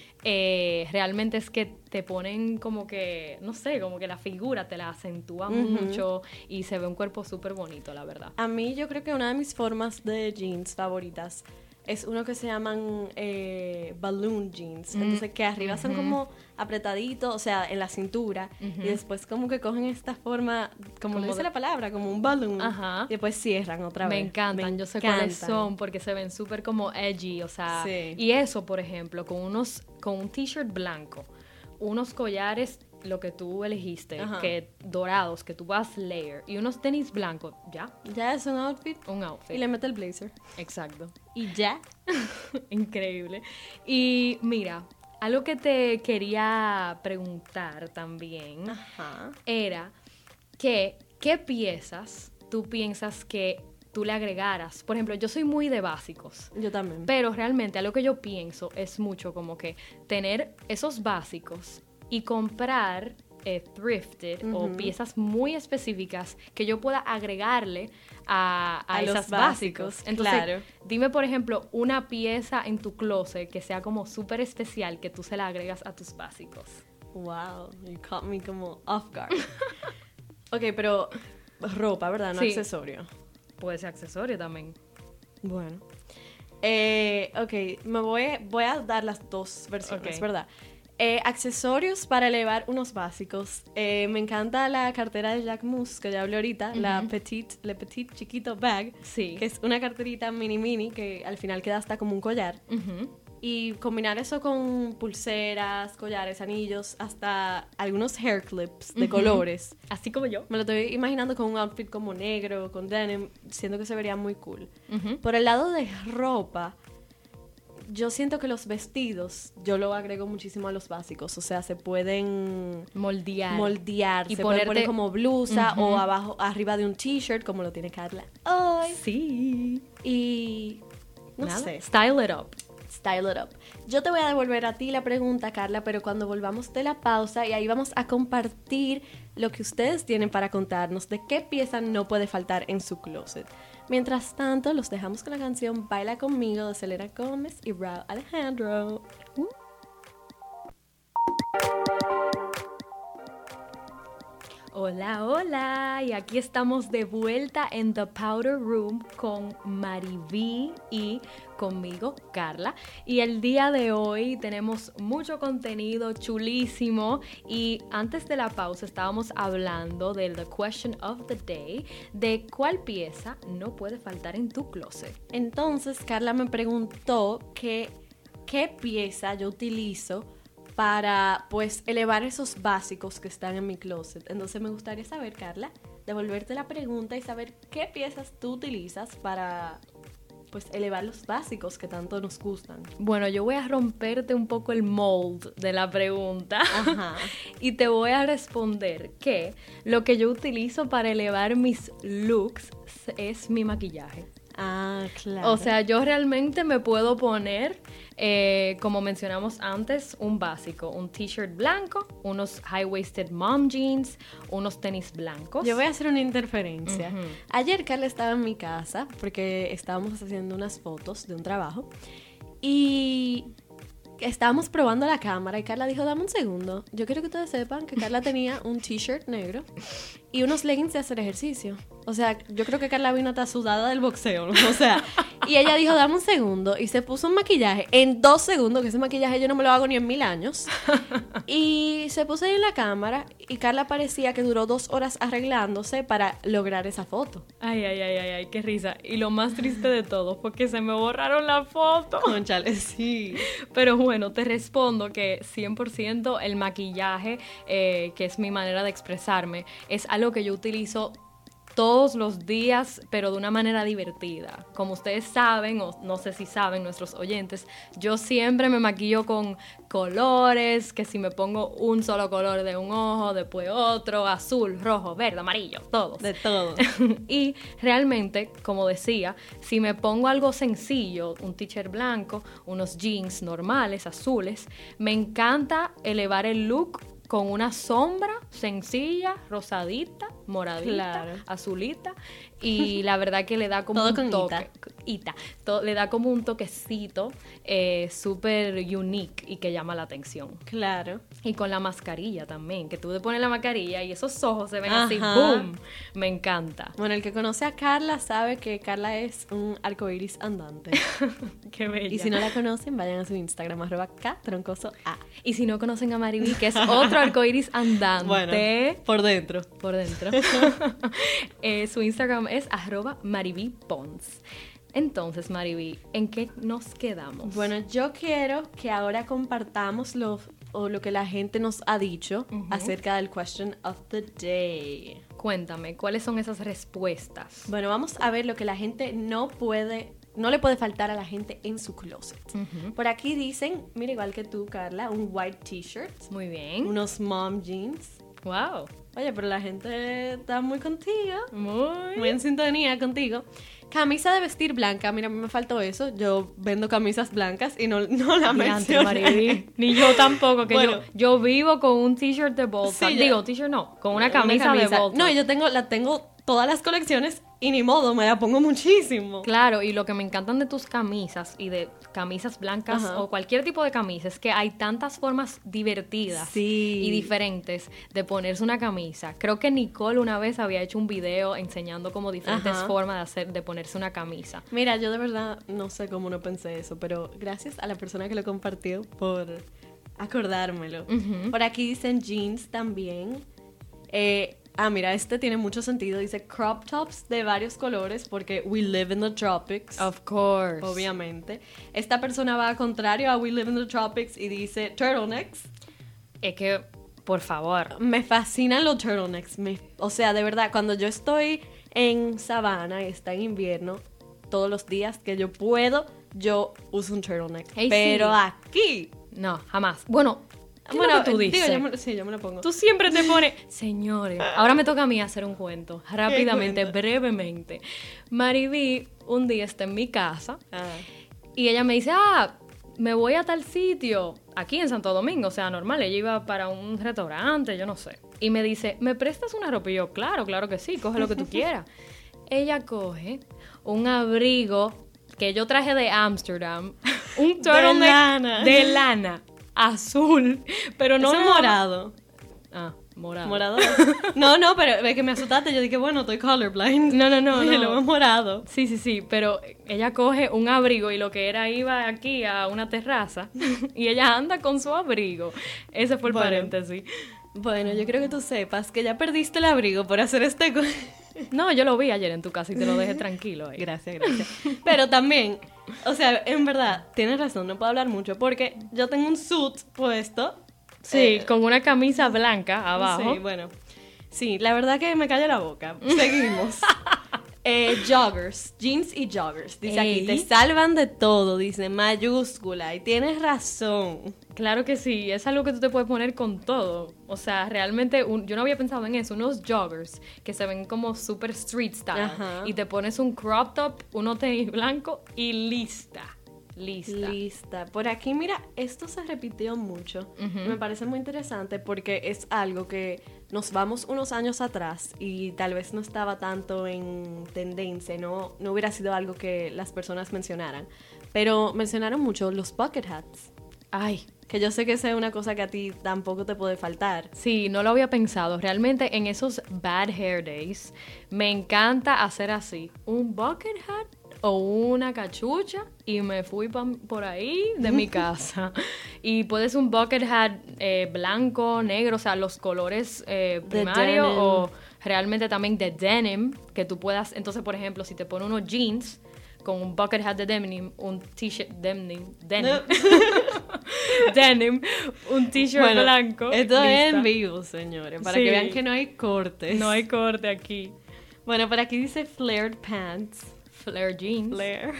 Speaker 3: eh, realmente es que te ponen como que, no sé, como que la figura te la acentúa mucho y se ve un cuerpo súper bonito, la verdad.
Speaker 2: A mí yo creo que una de mis formas de jeans favoritas es uno que se llaman eh, balloon jeans. Entonces que arriba son como apretaditos, o sea, en la cintura. Y después como que cogen esta forma, como,
Speaker 3: Como
Speaker 2: lo dice
Speaker 3: de-
Speaker 2: la palabra, como un balloon.
Speaker 3: Ajá.
Speaker 2: Y después cierran otra
Speaker 3: Me
Speaker 2: vez.
Speaker 3: encantan, yo sé cuáles
Speaker 2: encantan.
Speaker 3: son porque se ven súper como edgy, o sea,
Speaker 2: Sí.
Speaker 3: y eso, por ejemplo, con unos con un t-shirt blanco, unos collares lo que tú elegiste,
Speaker 2: Ajá.
Speaker 3: que dorados, que tú vas layer y unos tenis blancos, ya,
Speaker 2: Ya es un outfit.
Speaker 3: un outfit.
Speaker 2: Y le mete el blazer.
Speaker 3: Exacto.
Speaker 2: Y ya.
Speaker 3: Increíble. Y mira, algo que te quería preguntar también
Speaker 2: Ajá.
Speaker 3: era que qué piezas tú piensas que tú le agregaras. Por ejemplo, yo soy muy de básicos,
Speaker 2: Yo también.
Speaker 3: pero realmente algo que yo pienso es mucho como que tener esos básicos y comprar eh, thrifted o piezas muy específicas que yo pueda agregarle a, a,
Speaker 2: A los
Speaker 3: esas
Speaker 2: básicos,
Speaker 3: básicos. Entonces,
Speaker 2: claro.
Speaker 3: dime, por ejemplo, una pieza en tu closet que sea como súper especial que tú se la agregas a tus básicos.
Speaker 2: Wow, you caught me como off guard. Ok, pero ropa, ¿verdad? No
Speaker 3: Sí.
Speaker 2: accesorio.
Speaker 3: Puede ser accesorio también.
Speaker 2: Bueno. Eh, ok, me voy, voy a dar las dos versiones,
Speaker 3: Ok.
Speaker 2: ¿verdad? Eh, accesorios para elevar unos básicos. Eh, me encanta la cartera de Jacquemus, que ya hablé ahorita, la Petite, Le Petit Chiquito Bag,
Speaker 3: Sí.
Speaker 2: que es una carterita mini mini que al final queda hasta como un collar.
Speaker 3: Ujú.
Speaker 2: Y combinar eso con pulseras, collares, anillos, hasta algunos hair clips de colores.
Speaker 3: Así como yo.
Speaker 2: Me lo estoy imaginando con un outfit como negro, con denim, siento que se vería muy cool.
Speaker 3: Ujú.
Speaker 2: Por el lado de ropa, yo siento que los vestidos, yo lo agrego muchísimo a los básicos. O sea, se pueden
Speaker 3: moldear.
Speaker 2: moldear.
Speaker 3: Y
Speaker 2: se
Speaker 3: ponerte...
Speaker 2: pueden poner como blusa
Speaker 3: uh-huh.
Speaker 2: o abajo, arriba de un t-shirt, como lo tiene Carla hoy.
Speaker 3: Sí.
Speaker 2: Y no
Speaker 3: Nada.
Speaker 2: sé.
Speaker 3: Style it up.
Speaker 2: Style it up. Yo te voy a devolver a ti la pregunta, Carla, pero cuando volvamos de la pausa y ahí vamos a compartir lo que ustedes tienen para contarnos de qué pieza no puede faltar en su closet. Mientras tanto, los dejamos con la canción Baila Conmigo de Selena Gómez y Rauw Alejandro. Uh.
Speaker 3: Hola, hola, y aquí estamos de vuelta en The Powder Room con Mariví y conmigo, Carla. Y el día de hoy tenemos mucho contenido chulísimo y antes de la pausa estábamos hablando del The Question of the Day, de cuál pieza no puede faltar en tu closet.
Speaker 2: Entonces, Carla me preguntó que, qué pieza yo utilizo para, pues, elevar esos básicos que están en mi closet. Entonces me gustaría saber, Carla, devolverte la pregunta y saber qué piezas tú utilizas para, pues, elevar los básicos que tanto nos gustan.
Speaker 3: Bueno, yo voy a romperte un poco el mold de la pregunta.
Speaker 2: Ajá.
Speaker 3: Y te voy a responder que lo que yo utilizo para elevar mis looks es mi maquillaje.
Speaker 2: Ah, claro.
Speaker 3: O sea, yo realmente me puedo poner, eh, como mencionamos antes, un básico, un t-shirt blanco, unos high-waisted mom jeans, unos tenis blancos.
Speaker 2: Yo voy a hacer una interferencia.
Speaker 3: Uh-huh.
Speaker 2: Ayer Carla estaba en mi casa porque estábamos haciendo unas fotos de un trabajo y estábamos probando la cámara y Carla dijo, dame un segundo. Yo quiero que ustedes sepan que Carla tenía un t-shirt negro y unos leggings de hacer ejercicio. O sea, yo creo que Carla vino hasta sudada del boxeo, ¿no? O sea, y ella dijo, dame un segundo y se puso un maquillaje en dos segundos, que ese maquillaje yo no me lo hago ni en mil años. Y se puso ahí en la cámara y Carla parecía que duró dos horas arreglándose para lograr esa foto.
Speaker 3: Ay, ay, ay, ay, ay, qué risa. Y lo más triste de todo fue que se me borraron la foto.
Speaker 2: Cónchale, sí.
Speaker 3: Pero bueno, te respondo que cien por ciento el maquillaje, eh, que es mi manera de expresarme, es algo que yo utilizo todos los días, pero de una manera divertida. Como ustedes saben, o no sé si saben nuestros oyentes, yo siempre me maquillo con colores, que si me pongo un solo color de un ojo, después otro, azul, rojo, verde, amarillo, todos.
Speaker 2: De todo.
Speaker 3: Y realmente, como decía, si me pongo algo sencillo, un t-shirt blanco, unos jeans normales, azules, me encanta elevar el look con una sombra sencilla, rosadita, moradita,
Speaker 2: claro,
Speaker 3: azulita, y la verdad que le da como
Speaker 2: todo
Speaker 3: un
Speaker 2: con
Speaker 3: toque.
Speaker 2: ita.
Speaker 3: Ita, to, le da como un toquecito eh, súper unique y que llama la atención.
Speaker 2: Claro.
Speaker 3: Y con la mascarilla también, que tú te pones la mascarilla y esos ojos se ven
Speaker 2: Ajá.
Speaker 3: así, ¡boom! Me encanta.
Speaker 2: Bueno, el que conoce a Carla sabe que Carla es un arcoíris andante.
Speaker 3: ¡Qué bella!
Speaker 2: Y si no la conocen, vayan a su Instagram, arroba ktroncosoa.
Speaker 3: Y si no conocen a Mariví, que es otro arcoíris andante.
Speaker 2: Bueno, por dentro.
Speaker 3: Por dentro. eh, su Instagram es arroba Mariví Pons. Entonces, Mariví, ¿en qué nos quedamos?
Speaker 2: Bueno, yo quiero que ahora compartamos lo, o lo que la gente nos ha dicho uh-huh. acerca del question of the day.
Speaker 3: Cuéntame, ¿cuáles son esas respuestas?
Speaker 2: Bueno, vamos a ver lo que la gente no puede, no le puede faltar a la gente en su closet. Uh-huh. Por aquí dicen, mira, igual que tú, Carla, un white t-shirt.
Speaker 3: Muy bien.
Speaker 2: Unos mom jeans.
Speaker 3: Wow.
Speaker 2: Oye, pero la gente está muy contigo.
Speaker 3: Muy.
Speaker 2: Muy en sintonía contigo. Camisa de vestir blanca. Mira, a mí me faltó eso. Yo vendo camisas blancas y no, no la mencioné.
Speaker 3: Ni yo tampoco, que
Speaker 2: bueno,
Speaker 3: yo, yo vivo con un t-shirt de bolsa.
Speaker 2: Sí,
Speaker 3: Digo, t-shirt no, con una camisa,
Speaker 2: una camisa
Speaker 3: de bolsa.
Speaker 2: No, yo tengo, la tengo todas las colecciones y ni modo, me la pongo muchísimo.
Speaker 3: Claro, y lo que me encantan de tus camisas y de camisas blancas uh-huh. o cualquier tipo de camisa es que hay tantas formas divertidas
Speaker 2: sí.
Speaker 3: y diferentes de ponerse una camisa. Creo que Nicole una vez había hecho un video enseñando como diferentes uh-huh. formas de hacer, de ponerse una camisa.
Speaker 2: Mira, yo de verdad no sé cómo no pensé eso, pero gracias a la persona que lo compartió por acordármelo. Uh-huh. Por aquí dicen jeans también. Eh... Ah, mira, este tiene mucho sentido. Dice crop tops de varios colores porque we live in the tropics.
Speaker 3: Of course.
Speaker 2: Obviamente. Esta persona va a contrario a we live in the tropics y dice turtlenecks.
Speaker 3: Es que, por favor.
Speaker 2: Me fascinan los turtlenecks. Me, o sea, de verdad, cuando yo estoy en Savannah y está en invierno, todos los días que yo puedo, yo uso un turtleneck.
Speaker 3: Hey,
Speaker 2: pero
Speaker 3: sí.
Speaker 2: aquí...
Speaker 3: No, jamás. Bueno, ¿qué
Speaker 2: Bueno,
Speaker 3: es lo que tú
Speaker 2: digo,
Speaker 3: dices?
Speaker 2: yo me- sí, yo me lo pongo.
Speaker 3: Tú siempre te pones, señores, ahora me toca a mí hacer un cuento, rápidamente,
Speaker 2: cuento?
Speaker 3: brevemente. Mariví un día está en mi casa
Speaker 2: Ah.
Speaker 3: y ella me dice, ah, me voy a tal sitio, aquí en Santo Domingo, o sea, normal, ella iba para un restaurante, yo no sé. Y me dice, ¿me prestas una ropa? Y yo, claro, claro que sí, coge lo que tú quieras. Ella coge un abrigo que yo traje de Ámsterdam, un turtleneck
Speaker 2: lana.
Speaker 3: de lana, azul, pero no
Speaker 2: Eso es
Speaker 3: nada-
Speaker 2: morado.
Speaker 3: Ah, morado.
Speaker 2: Morado. No, no, pero es que me asustaste. Yo dije, bueno, estoy colorblind.
Speaker 3: No, no, no,
Speaker 2: Y
Speaker 3: no.
Speaker 2: lo veo morado.
Speaker 3: Sí, sí, sí, pero ella coge un abrigo y lo que era iba aquí a una terraza y ella anda con su abrigo. Ese fue el
Speaker 2: Bueno.
Speaker 3: paréntesis.
Speaker 2: Bueno, yo creo que tú sepas que ya perdiste el abrigo por hacer este... co-
Speaker 3: No, yo lo vi ayer en tu casa y te lo dejé tranquilo ahí.
Speaker 2: Gracias, gracias. Pero también, o sea, en verdad, tienes razón, no puedo hablar mucho porque yo tengo un suit puesto.
Speaker 3: Sí,
Speaker 2: eh,
Speaker 3: con una camisa blanca abajo.
Speaker 2: Sí, bueno. Sí, la verdad que me calla la boca. Seguimos. Eh, joggers, jeans y joggers. Dice aquí,
Speaker 3: Ey.
Speaker 2: te salvan de todo, dice mayúscula. Y tienes razón.
Speaker 3: Claro que sí, es algo que tú te puedes poner con todo. O sea, realmente un- yo no había pensado en eso. Unos joggers que se ven como super street style.
Speaker 2: Ajá.
Speaker 3: Y te pones un crop top, unos tenis blanco y lista. Lista.
Speaker 2: Lista. Por aquí, mira, esto se repitió mucho. Me parece muy interesante porque es algo que nos vamos unos años atrás y tal vez no estaba tanto en tendencia, no, no hubiera sido algo que las personas mencionaran. Pero mencionaron mucho los bucket hats.
Speaker 3: Ay,
Speaker 2: Que yo sé que esa es una cosa que a ti tampoco te puede faltar.
Speaker 3: sí, no lo había pensado. Realmente en esos bad hair days me encanta hacer así, un bucket hat o una cachucha y me fui pa- por ahí de mi casa. Y puedes un bucket hat eh, blanco, negro, o sea, los colores eh,
Speaker 2: De
Speaker 3: primarios
Speaker 2: denim.
Speaker 3: o realmente también de denim, que tú puedas, entonces por ejemplo, si te pones unos jeans con un bucket hat de denim, un t-shirt denim, denim, denim, un t-shirt
Speaker 2: Bueno,
Speaker 3: blanco.
Speaker 2: esto es
Speaker 3: lista.
Speaker 2: en vivo, señores, para
Speaker 3: Sí.
Speaker 2: que vean que no hay cortes.
Speaker 3: No hay corte aquí.
Speaker 2: Bueno, por aquí dice flared pants.
Speaker 3: Flare jeans.
Speaker 2: Flare.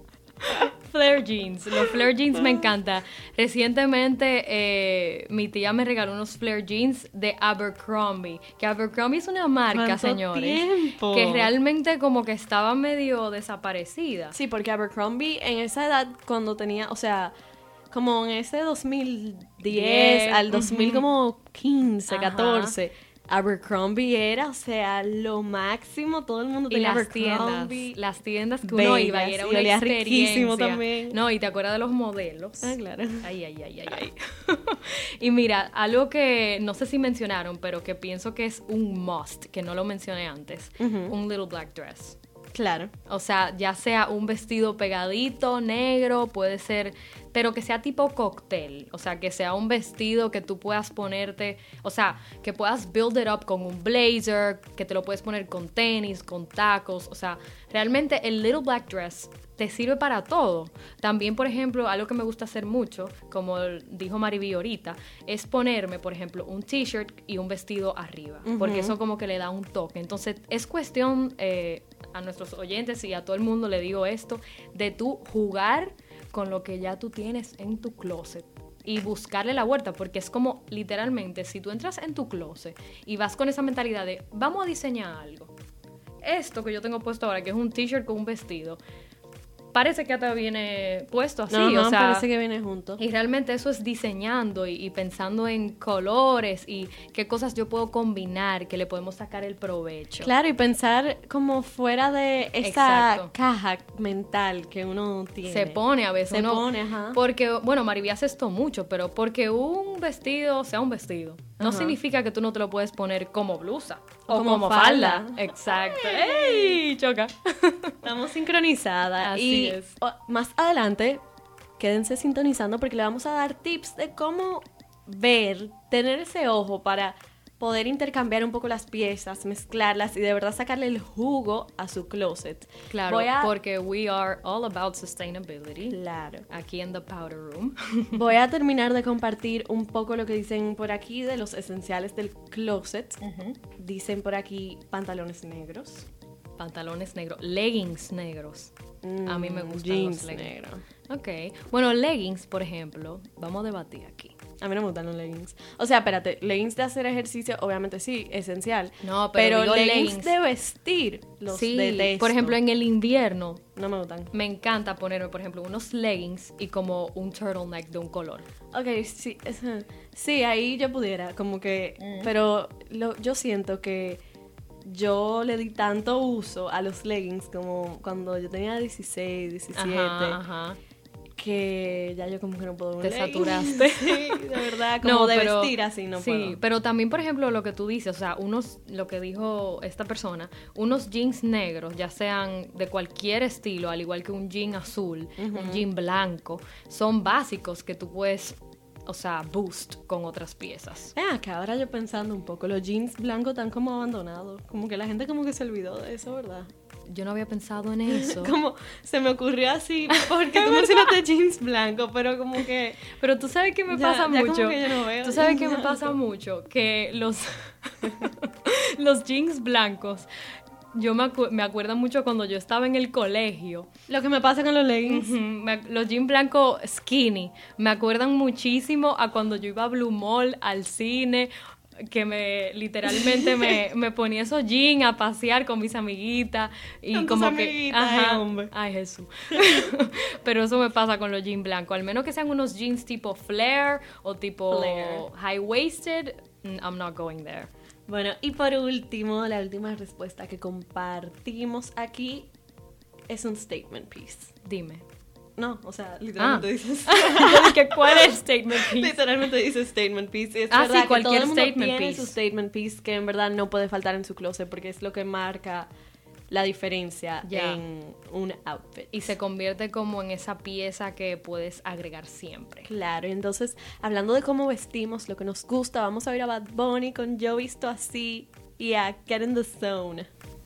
Speaker 3: Flare jeans. Los flare jeans me encanta. Recientemente eh, mi tía me regaló unos flare jeans de Abercrombie. Que Abercrombie es una marca,
Speaker 2: ¿Cuánto
Speaker 3: señores.
Speaker 2: tiempo?
Speaker 3: Que realmente como que estaba medio desaparecida.
Speaker 2: Sí, porque Abercrombie en esa edad, cuando tenía, o sea, como en ese dos mil diez
Speaker 3: Diez,
Speaker 2: al dos mil
Speaker 3: ujú.
Speaker 2: como quince,
Speaker 3: Ajá.
Speaker 2: catorce, Abercrombie era, o sea, lo máximo. Todo el mundo
Speaker 3: Y
Speaker 2: tenía
Speaker 3: las tiendas,
Speaker 2: Abercrombie.
Speaker 3: las tiendas que uno iba y
Speaker 2: bellas,
Speaker 3: era
Speaker 2: y
Speaker 3: una
Speaker 2: olía
Speaker 3: experiencia.
Speaker 2: riquísimo también.
Speaker 3: No, y te acuerdas de los modelos.
Speaker 2: Ah, claro.
Speaker 3: Ay, ay, ay, ay, ay. Y mira, algo que no sé si mencionaron, pero que pienso que es un must, que no lo mencioné antes, un little black dress.
Speaker 2: Claro.
Speaker 3: O sea, ya sea un vestido pegadito, negro, puede ser, pero que sea tipo cóctel. O sea, que sea un vestido que tú puedas ponerte, o sea, que puedas build it up con un blazer, que te lo puedes poner con tenis, con tacos. O sea, realmente el little black dress te sirve para todo. También, por ejemplo, algo que me gusta hacer mucho, como dijo Mariví ahorita, es ponerme, por ejemplo, un t-shirt y un vestido arriba, porque eso como que le da un toque. Entonces, es cuestión, eh, a nuestros oyentes y a todo el mundo le digo esto, de tú jugar con lo que ya tú tienes en tu closet y buscarle la vuelta, porque es como literalmente, si tú entras en tu closet y vas con esa mentalidad de, vamos a diseñar algo. Esto que yo tengo puesto ahora, que es un t-shirt con un vestido, parece que hasta viene puesto así,
Speaker 2: No, no,
Speaker 3: o sea,
Speaker 2: parece que viene junto.
Speaker 3: y realmente eso es diseñando y, y pensando en colores y qué cosas yo puedo combinar, que le podemos sacar el provecho.
Speaker 2: Claro, y pensar como fuera de esa
Speaker 3: Exacto.
Speaker 2: caja mental que uno tiene.
Speaker 3: Se pone a veces
Speaker 2: Se
Speaker 3: uno-
Speaker 2: pone, ajá.
Speaker 3: porque, bueno, Mariví hace esto mucho, pero porque un vestido sea un vestido, no
Speaker 2: Ajá.
Speaker 3: significa que tú no te lo puedes poner como blusa o,
Speaker 2: O
Speaker 3: como,
Speaker 2: como
Speaker 3: falda.
Speaker 2: falda.
Speaker 3: Exacto. ¡Ey! Choca.
Speaker 2: Estamos sincronizadas.
Speaker 3: Así
Speaker 2: y
Speaker 3: es.
Speaker 2: o- más adelante, quédense sintonizando porque le vamos a dar tips de cómo ver, tener ese ojo para poder intercambiar un poco las piezas, mezclarlas y de verdad sacarle el jugo a su closet.
Speaker 3: Claro,
Speaker 2: Voy a-
Speaker 3: porque we are all about sustainability.
Speaker 2: Claro.
Speaker 3: Aquí en The Powder Room.
Speaker 2: Voy a terminar de compartir un poco lo que dicen por aquí de los esenciales del closet. Dicen por aquí pantalones negros,
Speaker 3: Pantalones negros. Leggings negros. A mí me
Speaker 2: Mm,
Speaker 3: gustan
Speaker 2: jeans
Speaker 3: los leggings.
Speaker 2: negros.
Speaker 3: Ok. Bueno, leggings, por ejemplo. Vamos a debatir aquí.
Speaker 2: A mí no me gustan los leggings. O sea, espérate, leggings de hacer ejercicio, obviamente sí, esencial.
Speaker 3: No, pero digo
Speaker 2: leggings,
Speaker 3: leggings.
Speaker 2: de vestir, los
Speaker 3: Sí,
Speaker 2: detesto.
Speaker 3: por ejemplo, en el invierno
Speaker 2: No me gustan.
Speaker 3: me encanta ponerme, por ejemplo, unos leggings y como un turtleneck de un color.
Speaker 2: Ok, sí, es- sí, ahí yo pudiera, como que,
Speaker 3: Mm.
Speaker 2: pero lo, yo siento que yo le di tanto uso a los leggings como cuando yo tenía dieciséis, diecisiete,
Speaker 3: Ajá, ajá.
Speaker 2: que ya yo como que no puedo un
Speaker 3: Te
Speaker 2: legging.
Speaker 3: saturaste.
Speaker 2: Sí, de verdad, como de
Speaker 3: pero-
Speaker 2: vestir así no
Speaker 3: sí,
Speaker 2: puedo.
Speaker 3: pero también, por ejemplo, lo que tú dices, o sea, unos, lo que dijo esta persona, unos jeans negros, ya sean de cualquier estilo, al igual que un jean azul, un jean blanco, son básicos que tú puedes, o sea, boost con otras piezas.
Speaker 2: Ven acá, ahora yo pensando un poco, los jeans blancos están como abandonados, como que la gente como que se olvidó de eso, ¿verdad?
Speaker 3: Yo no había pensado en eso.
Speaker 2: Como se me ocurrió así, porque tú mencionaste jeans blancos, pero como que...
Speaker 3: Pero tú sabes que me
Speaker 2: Ya-
Speaker 3: pasa
Speaker 2: ya como
Speaker 3: mucho.
Speaker 2: que yo no veo
Speaker 3: Tú sabes
Speaker 2: jeans
Speaker 3: que me pasa
Speaker 2: blancos.
Speaker 3: mucho que los los jeans blancos. Yo me, acu- me acuerdo mucho cuando yo estaba en el colegio.
Speaker 2: Lo que me pasa con los leggings.
Speaker 3: Ujú, me- los jeans blancos skinny me acuerdan muchísimo a cuando yo iba a Blue Mall al cine, que me literalmente me, me ponía esos jeans a pasear con mis amiguitas y
Speaker 2: Con tus
Speaker 3: como que
Speaker 2: amiguitas,
Speaker 3: ajá,
Speaker 2: ay, hombre.
Speaker 3: ay Jesús. Pero eso me pasa con los jeans blancos, al menos que sean unos jeans tipo flare o tipo
Speaker 2: Flare.
Speaker 3: high waisted, I'm not going there.
Speaker 2: Bueno, y por último, la última respuesta que compartimos aquí es un statement piece.
Speaker 3: Dime.
Speaker 2: No, o sea, literalmente
Speaker 3: Ah.
Speaker 2: dices...
Speaker 3: Yo dije, ¿cuál es el statement piece?
Speaker 2: Literalmente dice statement piece. Y es
Speaker 3: Ah,
Speaker 2: verdad
Speaker 3: sí,
Speaker 2: que
Speaker 3: cualquier
Speaker 2: todo el mundo
Speaker 3: statement
Speaker 2: tiene
Speaker 3: piece.
Speaker 2: su statement piece que en verdad no puede faltar en su closet porque es lo que marca la diferencia
Speaker 3: Ya.
Speaker 2: en un outfit.
Speaker 3: Y se convierte como en esa pieza que puedes agregar siempre.
Speaker 2: Claro, y entonces, hablando de cómo vestimos, lo que nos gusta, vamos a ir a Bad Bunny con Yo Visto Así y a Get in the Zone.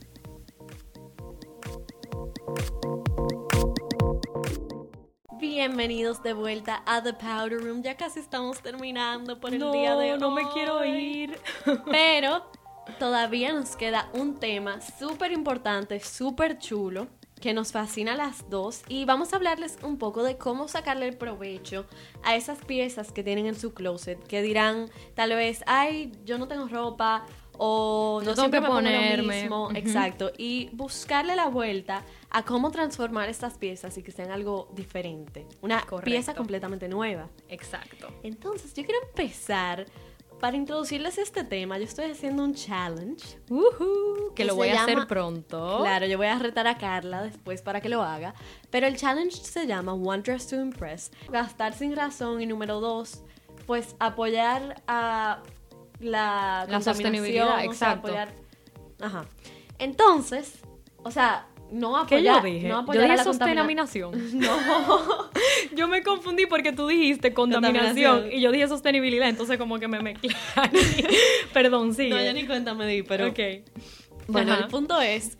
Speaker 2: Bienvenidos de vuelta a The Powder Room. Ya casi estamos terminando por el
Speaker 3: No,
Speaker 2: día de hoy.
Speaker 3: no me quiero ir.
Speaker 2: Pero todavía nos queda un tema súper importante, súper chulo, que nos fascina a las dos. Y vamos a hablarles un poco de cómo sacarle el provecho a esas piezas que tienen en su closet. Que dirán, tal vez, ay, yo no tengo ropa. O
Speaker 3: No
Speaker 2: yo
Speaker 3: tengo
Speaker 2: siempre
Speaker 3: que
Speaker 2: me pongo lo
Speaker 3: ponerme.
Speaker 2: mismo.
Speaker 3: Ujú.
Speaker 2: Exacto. Y buscarle la vuelta a cómo transformar estas piezas y que sean algo diferente. Una
Speaker 3: Correcto.
Speaker 2: pieza completamente nueva.
Speaker 3: Exacto.
Speaker 2: Entonces, yo quiero empezar para introducirles este tema. Yo estoy haciendo un challenge.
Speaker 3: Ujú, que
Speaker 2: Que
Speaker 3: lo
Speaker 2: se
Speaker 3: voy a hacer
Speaker 2: llama-
Speaker 3: pronto.
Speaker 2: Claro, yo voy a retar a Carla después para que lo haga. Pero el challenge se llama One Dress to Impress. Gastar sin razón. Y número dos, pues apoyar a la,
Speaker 3: La
Speaker 2: contaminación,
Speaker 3: sostenibilidad,
Speaker 2: o sea,
Speaker 3: exacto.
Speaker 2: apoyar... Ajá. Entonces, o sea, no
Speaker 3: ¿Qué
Speaker 2: apoyar,
Speaker 3: yo dije?
Speaker 2: no
Speaker 3: yo
Speaker 2: apoyar a
Speaker 3: dije
Speaker 2: la contamina-
Speaker 3: sosteniminación.
Speaker 2: No.
Speaker 3: Yo me confundí porque tú dijiste contaminación,
Speaker 2: Contaminación.
Speaker 3: y yo dije sostenibilidad, entonces como que me mezclé aquí. Perdón, sigue.
Speaker 2: No, yo ni cuenta me di, pero...
Speaker 3: Ok.
Speaker 2: Bueno,
Speaker 3: Ajá.
Speaker 2: el punto es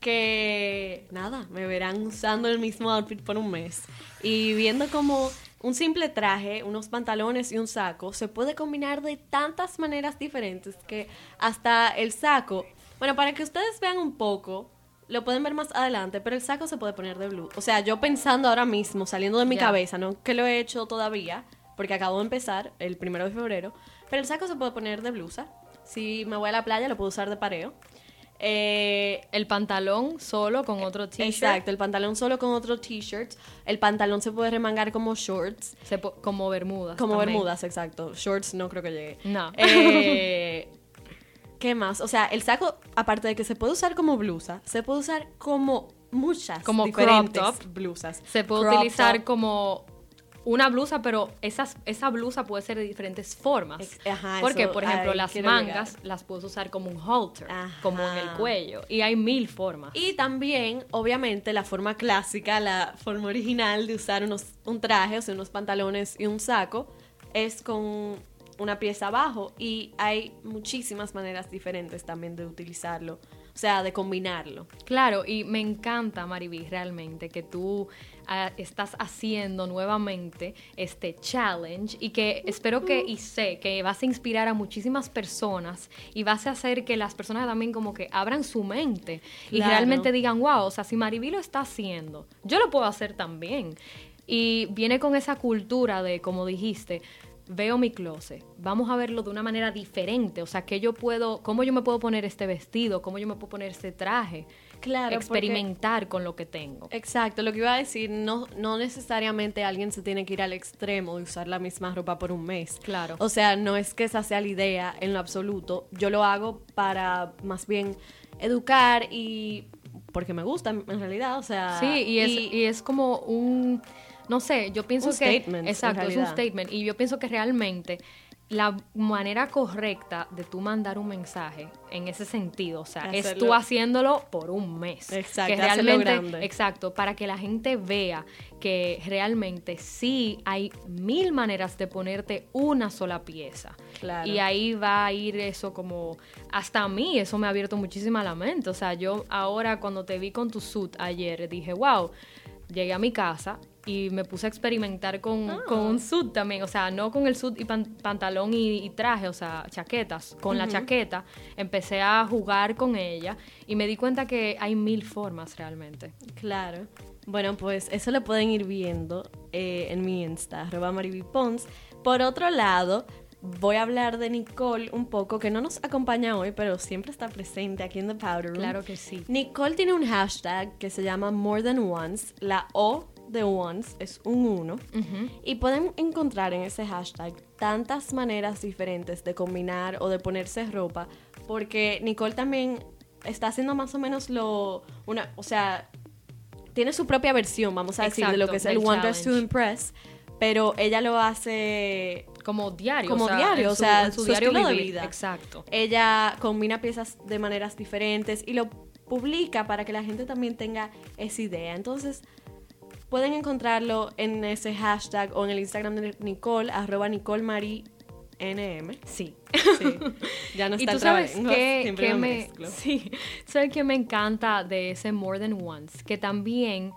Speaker 2: que, nada, me verán usando el mismo outfit por un mes y viendo como un simple traje, unos pantalones y un saco se puede combinar de tantas maneras diferentes que hasta el saco, bueno, para que ustedes vean un poco, lo pueden ver más adelante, pero el saco se puede poner de blue. O sea, yo pensando ahora mismo, saliendo de mi
Speaker 3: Ya.
Speaker 2: cabeza, no que lo he hecho todavía, porque acabo de empezar el primero de febrero, pero el saco se puede poner de blusa. Si me voy a la playa, lo puedo usar de pareo. Eh,
Speaker 3: El pantalón solo con otro t-shirt.
Speaker 2: exacto, el pantalón solo con otro t-shirt. El pantalón se puede remangar como shorts.
Speaker 3: Se po- como bermudas.
Speaker 2: Como
Speaker 3: también.
Speaker 2: bermudas, exacto. Shorts no creo que llegue.
Speaker 3: No.
Speaker 2: Eh, ¿Qué más? O sea, el saco, aparte de que se puede usar como blusa, se puede usar como muchas
Speaker 3: Como
Speaker 2: diferentes
Speaker 3: crop top.
Speaker 2: blusas.
Speaker 3: Se puede
Speaker 2: Crop
Speaker 3: utilizar
Speaker 2: top.
Speaker 3: como una blusa, pero esas, esa blusa puede ser de diferentes formas.
Speaker 2: Ex- ajá,
Speaker 3: Porque,
Speaker 2: eso,
Speaker 3: por ejemplo,
Speaker 2: ahí
Speaker 3: las
Speaker 2: quiero
Speaker 3: mangas
Speaker 2: llegar.
Speaker 3: las puedes usar como un halter,
Speaker 2: Ajá.
Speaker 3: como en el cuello. Y hay mil formas.
Speaker 2: Y también, obviamente, la forma clásica, la forma original de usar unos, un traje, o sea, unos pantalones y un saco, es con una pieza abajo. Y hay muchísimas maneras diferentes también de utilizarlo. O sea, de combinarlo.
Speaker 3: Claro, y me encanta, Mariví, realmente, que tú uh, estás haciendo nuevamente este challenge y que espero que, y sé, que vas a inspirar a muchísimas personas y vas a hacer que las personas también como que abran su mente y
Speaker 2: Claro.
Speaker 3: realmente digan, wow, o sea, si Mariví lo está haciendo, yo lo puedo hacer también. Y viene con esa cultura de, como dijiste, veo mi closet, vamos a verlo de una manera diferente, o sea, que yo puedo, cómo yo me puedo poner este vestido, cómo yo me puedo poner este traje,
Speaker 2: Claro,
Speaker 3: experimentar con lo que tengo.
Speaker 2: Exacto, lo que iba a decir, no, no necesariamente alguien se tiene que ir al extremo de usar la misma ropa por un mes.
Speaker 3: Claro.
Speaker 2: O sea, no es que esa sea la idea en lo absoluto. Yo lo hago para más bien educar y porque me gusta en realidad, o sea...
Speaker 3: Sí, y es, y es como un, no sé, yo pienso
Speaker 2: Un
Speaker 3: que...
Speaker 2: statement, en
Speaker 3: Exacto, es un
Speaker 2: realidad.
Speaker 3: statement. Y yo pienso que realmente la manera correcta de tú mandar un mensaje en ese sentido, o sea, es
Speaker 2: Hacerlo.
Speaker 3: tú haciéndolo por un mes.
Speaker 2: Exacto,
Speaker 3: que
Speaker 2: hacerlo
Speaker 3: realmente,
Speaker 2: grande.
Speaker 3: exacto, para que la gente vea que realmente sí hay mil maneras de ponerte una sola pieza.
Speaker 2: Claro.
Speaker 3: Y ahí va a ir eso como, hasta a mí eso me ha abierto muchísimo la mente. O sea, yo ahora cuando te vi con tu suit ayer dije, wow, llegué a mi casa y me puse a experimentar con,
Speaker 2: Ah.
Speaker 3: con un suit también, o sea, no con el suit y pan- pantalón y, y traje, o sea, chaquetas, con la chaqueta empecé a jugar con ella y me di cuenta que hay mil formas realmente.
Speaker 2: Claro. Bueno, pues eso lo pueden ir viendo eh, en mi Insta, arroba maribipons. Por otro lado, voy a hablar de Nicole un poco, que no nos acompaña hoy, pero siempre está presente aquí en The Powder Room.
Speaker 3: Claro que sí.
Speaker 2: Nicole tiene un hashtag que se llama More Than Once. La O de once es un uno.
Speaker 3: Ujú.
Speaker 2: Y pueden encontrar en ese hashtag tantas maneras diferentes de combinar o de ponerse ropa, porque Nicole también está haciendo más o menos lo... una, o sea, tiene su propia versión, vamos a decir, de lo
Speaker 3: Exacto,
Speaker 2: que es el
Speaker 3: del
Speaker 2: One Dress to
Speaker 3: challenge.
Speaker 2: Impress, pero ella lo hace...
Speaker 3: Como diario.
Speaker 2: Como
Speaker 3: o sea,
Speaker 2: diario,
Speaker 3: en
Speaker 2: o sea,
Speaker 3: en su,
Speaker 2: su
Speaker 3: diario
Speaker 2: estilo de
Speaker 3: vivir.
Speaker 2: vida.
Speaker 3: Exacto.
Speaker 2: Ella combina piezas de maneras diferentes y lo publica para que la gente también tenga esa idea. Entonces, pueden encontrarlo en ese hashtag o en el Instagram de Nicole, arroba NicoleMarieNM.
Speaker 3: Sí.
Speaker 2: Sí, ya no
Speaker 3: Y
Speaker 2: está
Speaker 3: tú
Speaker 2: el
Speaker 3: sabes
Speaker 2: trabalenguas,
Speaker 3: que,
Speaker 2: siempre
Speaker 3: que
Speaker 2: lo
Speaker 3: me,
Speaker 2: mezclo.
Speaker 3: sí, sabes que me encanta de ese More Than Once, que también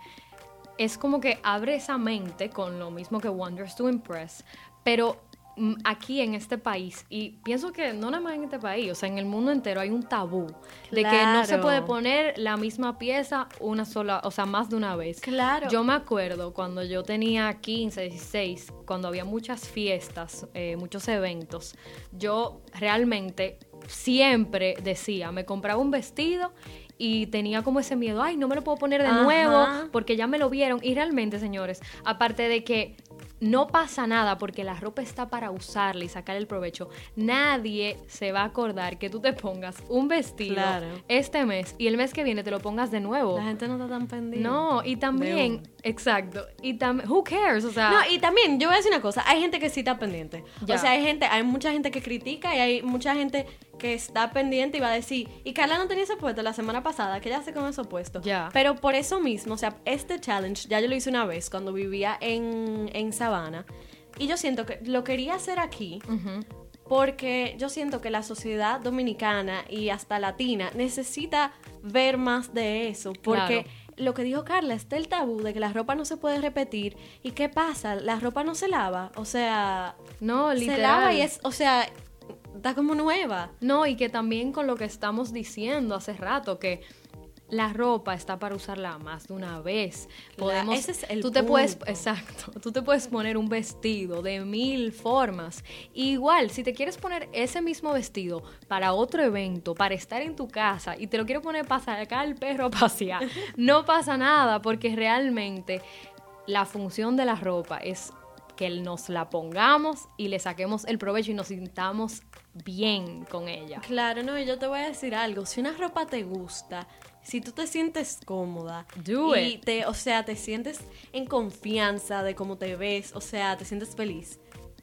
Speaker 3: es como que abre esa mente con lo mismo que Wonders to Impress, pero mm, aquí en este país, y pienso que no nada más en este país, o sea, en el mundo entero hay un tabú de que no se
Speaker 2: Claro.
Speaker 3: puede poner la misma pieza una sola, o sea, más de una vez.
Speaker 2: Claro.
Speaker 3: Yo me acuerdo cuando yo tenía quince, dieciséis, cuando había muchas fiestas, eh, muchos eventos, yo realmente siempre decía, me compraba un vestido y tenía como ese miedo, ay, no me lo puedo poner de
Speaker 2: Ajá.
Speaker 3: nuevo porque ya me lo vieron. Y realmente, señores, aparte de que no pasa nada porque la ropa está para usarla y sacar el provecho, nadie se va a acordar que tú te pongas un vestido
Speaker 2: Claro.
Speaker 3: este mes y el mes que viene te lo pongas de nuevo.
Speaker 2: La gente no está tan pendiente.
Speaker 3: No, y
Speaker 2: De
Speaker 3: también,
Speaker 2: uno.
Speaker 3: exacto, y también, who cares, o sea,
Speaker 2: No, y también, yo voy a decir una cosa, hay gente que sí está pendiente.
Speaker 3: Ya.
Speaker 2: O sea, hay gente, hay mucha gente que critica y hay mucha gente que está pendiente y va a decir, y Carla no tenía ese puesto la semana pasada, ¿qué ella hace con ese puesto?
Speaker 3: Ya.
Speaker 2: Pero por eso mismo, o sea, este challenge ya yo lo hice una vez cuando vivía en, en Savannah, y yo siento que lo quería hacer aquí
Speaker 3: ujú,
Speaker 2: porque yo siento que la sociedad dominicana y hasta latina necesita ver más de eso, porque
Speaker 3: Claro.
Speaker 2: lo que dijo Carla, está el tabú de que la ropa no se puede repetir. ¿Y qué pasa? La ropa no se lava, o sea,
Speaker 3: no, literal.
Speaker 2: se lava y es, o sea, está como nueva.
Speaker 3: No, y que también con lo que estamos diciendo hace rato, que la ropa está para usarla más de una vez. Podemos,
Speaker 2: ese es el
Speaker 3: tú te puedes,
Speaker 2: punto.
Speaker 3: exacto, tú te puedes poner un vestido de mil formas. Igual, si te quieres poner ese mismo vestido para otro evento, para estar en tu casa y te lo quieres poner para sacar al perro a pasear, no pasa nada porque realmente la función de la ropa es que nos la pongamos y le saquemos el provecho y nos sintamos bien con ella.
Speaker 2: Claro, no, y yo te voy a decir algo. Si una ropa te gusta, si tú te sientes cómoda
Speaker 3: Do
Speaker 2: y
Speaker 3: it.
Speaker 2: te, o sea, te sientes en confianza de cómo te ves, o sea, te sientes feliz,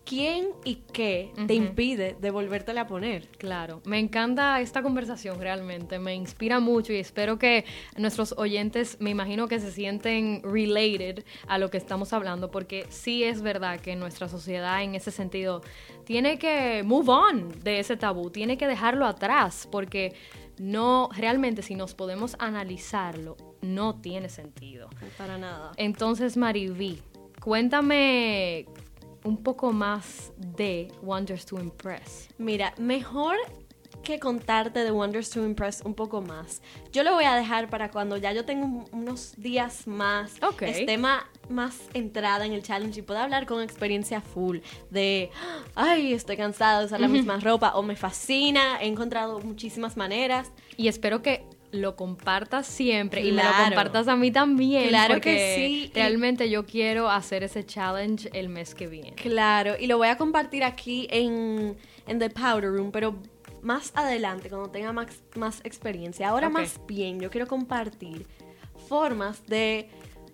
Speaker 2: ¿quién y qué te
Speaker 3: Ujú.
Speaker 2: impide de volvértela a poner?
Speaker 3: Claro, me encanta esta conversación realmente, me inspira mucho y espero que nuestros oyentes, me imagino que se sienten related a lo que estamos hablando, porque sí es verdad que nuestra sociedad en ese sentido tiene que move on de ese tabú, tiene que dejarlo atrás, porque no, realmente si nos podemos analizarlo, no tiene sentido.
Speaker 2: Para nada.
Speaker 3: Entonces, Mariví, cuéntame un poco más de Wonders to Impress.
Speaker 2: Mira, mejor que contarte de Wonders to Impress un poco más. Yo lo voy a dejar para cuando ya yo tenga un- unos días más,
Speaker 3: Ok.
Speaker 2: esté ma- más entrada en el challenge y pueda hablar con experiencia full de, ay, estoy cansada de usar la misma ropa o me fascina, he encontrado muchísimas maneras.
Speaker 3: Y espero que lo compartas siempre y me lo
Speaker 2: Claro.
Speaker 3: compartas a mí también.
Speaker 2: Claro
Speaker 3: porque
Speaker 2: que sí.
Speaker 3: realmente yo quiero hacer ese challenge el mes que viene.
Speaker 2: Claro, y lo voy a compartir aquí en, en The Powder Room, pero más adelante, cuando tenga más, más experiencia. Ahora
Speaker 3: Ok.
Speaker 2: más bien, yo quiero compartir formas de,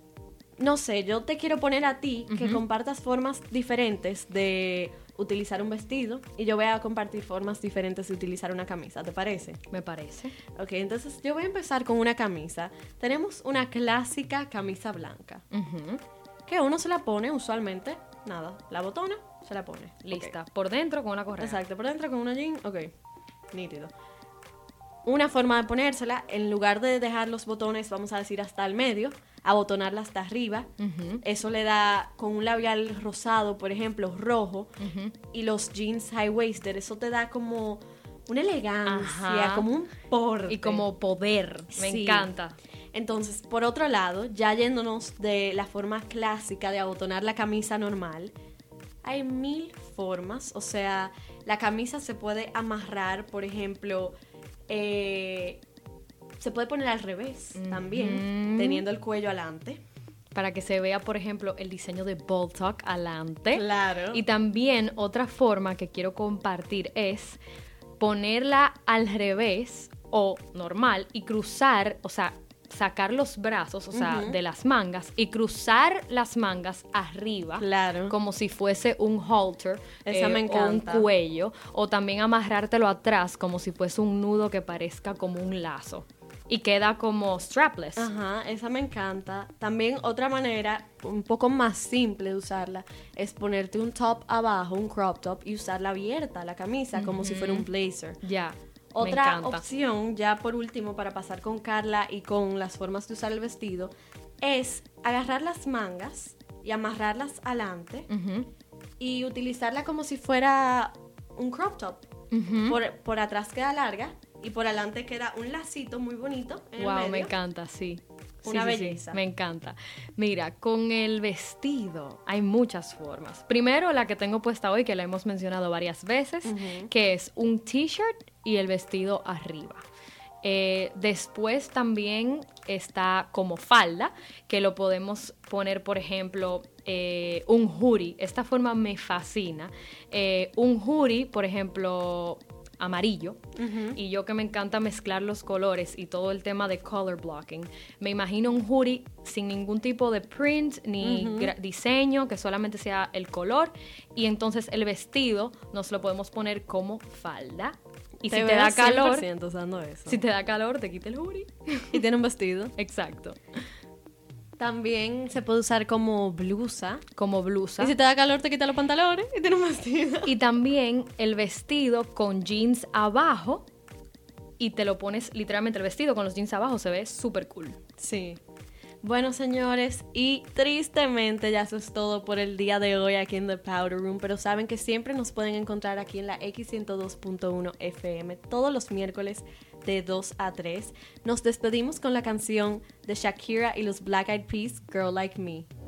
Speaker 2: no sé, yo te quiero poner a ti que
Speaker 3: Ujú.
Speaker 2: compartas formas diferentes de utilizar un vestido y yo voy a compartir formas diferentes de utilizar una camisa, ¿te parece?
Speaker 3: Me parece.
Speaker 2: Ok, entonces yo voy a empezar con una camisa. Tenemos una clásica camisa blanca,
Speaker 3: Ujú.
Speaker 2: que uno se la pone usualmente, nada, la botona, se la pone.
Speaker 3: Lista.
Speaker 2: Ok.
Speaker 3: Por dentro con una correa.
Speaker 2: Exacto, por dentro con una jean, ok, nítido. Una forma de ponérsela, en lugar de dejar los botones, vamos a decir hasta el medio, abotonarla hasta arriba.
Speaker 3: Ujú.
Speaker 2: Eso le da, con un labial rosado, por ejemplo, rojo,
Speaker 3: Ujú.
Speaker 2: y los jeans high-waisted, eso te da como una elegancia,
Speaker 3: Ajá.
Speaker 2: como un porte.
Speaker 3: Y como poder. Me
Speaker 2: Sí.
Speaker 3: encanta.
Speaker 2: Entonces, por otro lado, ya yéndonos de la forma clásica de abotonar la camisa normal, hay mil formas. O sea, la camisa se puede amarrar, por ejemplo, eh, se puede poner al revés también,
Speaker 3: Ujú.
Speaker 2: teniendo el cuello adelante.
Speaker 3: Para que se vea, por ejemplo, el diseño de Bold Talk adelante.
Speaker 2: Claro.
Speaker 3: Y también otra forma que quiero compartir es ponerla al revés o normal y cruzar, o sea, sacar los brazos, o sea,
Speaker 2: Ujú.
Speaker 3: de las mangas y cruzar las mangas arriba.
Speaker 2: Claro.
Speaker 3: Como si fuese un halter
Speaker 2: Esa me
Speaker 3: o un
Speaker 2: encanta.
Speaker 3: cuello, o también amarrártelo atrás como si fuese un nudo que parezca como un lazo y queda como strapless.
Speaker 2: Ajá, esa me encanta. También otra manera, un poco más simple de usarla, es ponerte un top abajo, un crop top, y usarla abierta, la camisa, como si fuera un blazer.
Speaker 3: Ya, me
Speaker 2: Otra
Speaker 3: encanta.
Speaker 2: opción, ya por último, para pasar con Carla y con las formas de usar el vestido, es agarrar las mangas y amarrarlas adelante
Speaker 3: Ujú,
Speaker 2: y utilizarla como si fuera un crop top.
Speaker 3: ujú.
Speaker 2: Por, por atrás queda larga y por adelante queda un lacito muy bonito en el
Speaker 3: Wow,
Speaker 2: medio.
Speaker 3: me encanta, sí.
Speaker 2: Una
Speaker 3: Sí, sí, sí,
Speaker 2: belleza.
Speaker 3: me encanta. Mira, con el vestido hay muchas formas. Primero, la que tengo puesta hoy, que la hemos mencionado varias veces,
Speaker 2: Ujú.
Speaker 3: que es un t-shirt y el vestido arriba. Eh, después también está como falda, que lo podemos poner, por ejemplo, eh, un hoodie. Esta forma me fascina. Eh, un hoodie, por ejemplo, amarillo.
Speaker 2: Ujú.
Speaker 3: Y yo que me encanta mezclar los colores y todo el tema de color blocking, me imagino un hoodie sin ningún tipo de print ni
Speaker 2: Ujú.
Speaker 3: gra- diseño, que solamente sea el color, y entonces el vestido nos lo podemos poner como falda. Y si te
Speaker 2: veo
Speaker 3: da calor,
Speaker 2: cien por ciento usando eso.
Speaker 3: si te da calor, te quita el hoodie.
Speaker 2: Y tiene un vestido.
Speaker 3: Exacto.
Speaker 2: También se puede usar como blusa.
Speaker 3: Como blusa.
Speaker 2: Y si te da calor, te quita los pantalones y tiene un vestido.
Speaker 3: Y también el vestido con jeans abajo y te lo pones literalmente el vestido con los jeans abajo, se ve súper cool.
Speaker 2: Sí. Bueno, señores, y tristemente ya eso es todo por el día de hoy aquí en The Powder Room, pero saben que siempre nos pueden encontrar aquí en la X ciento dos punto uno F M todos los miércoles de dos a tres. Nos despedimos con la canción de Shakira y los Black Eyed Peas, Girl Like Me.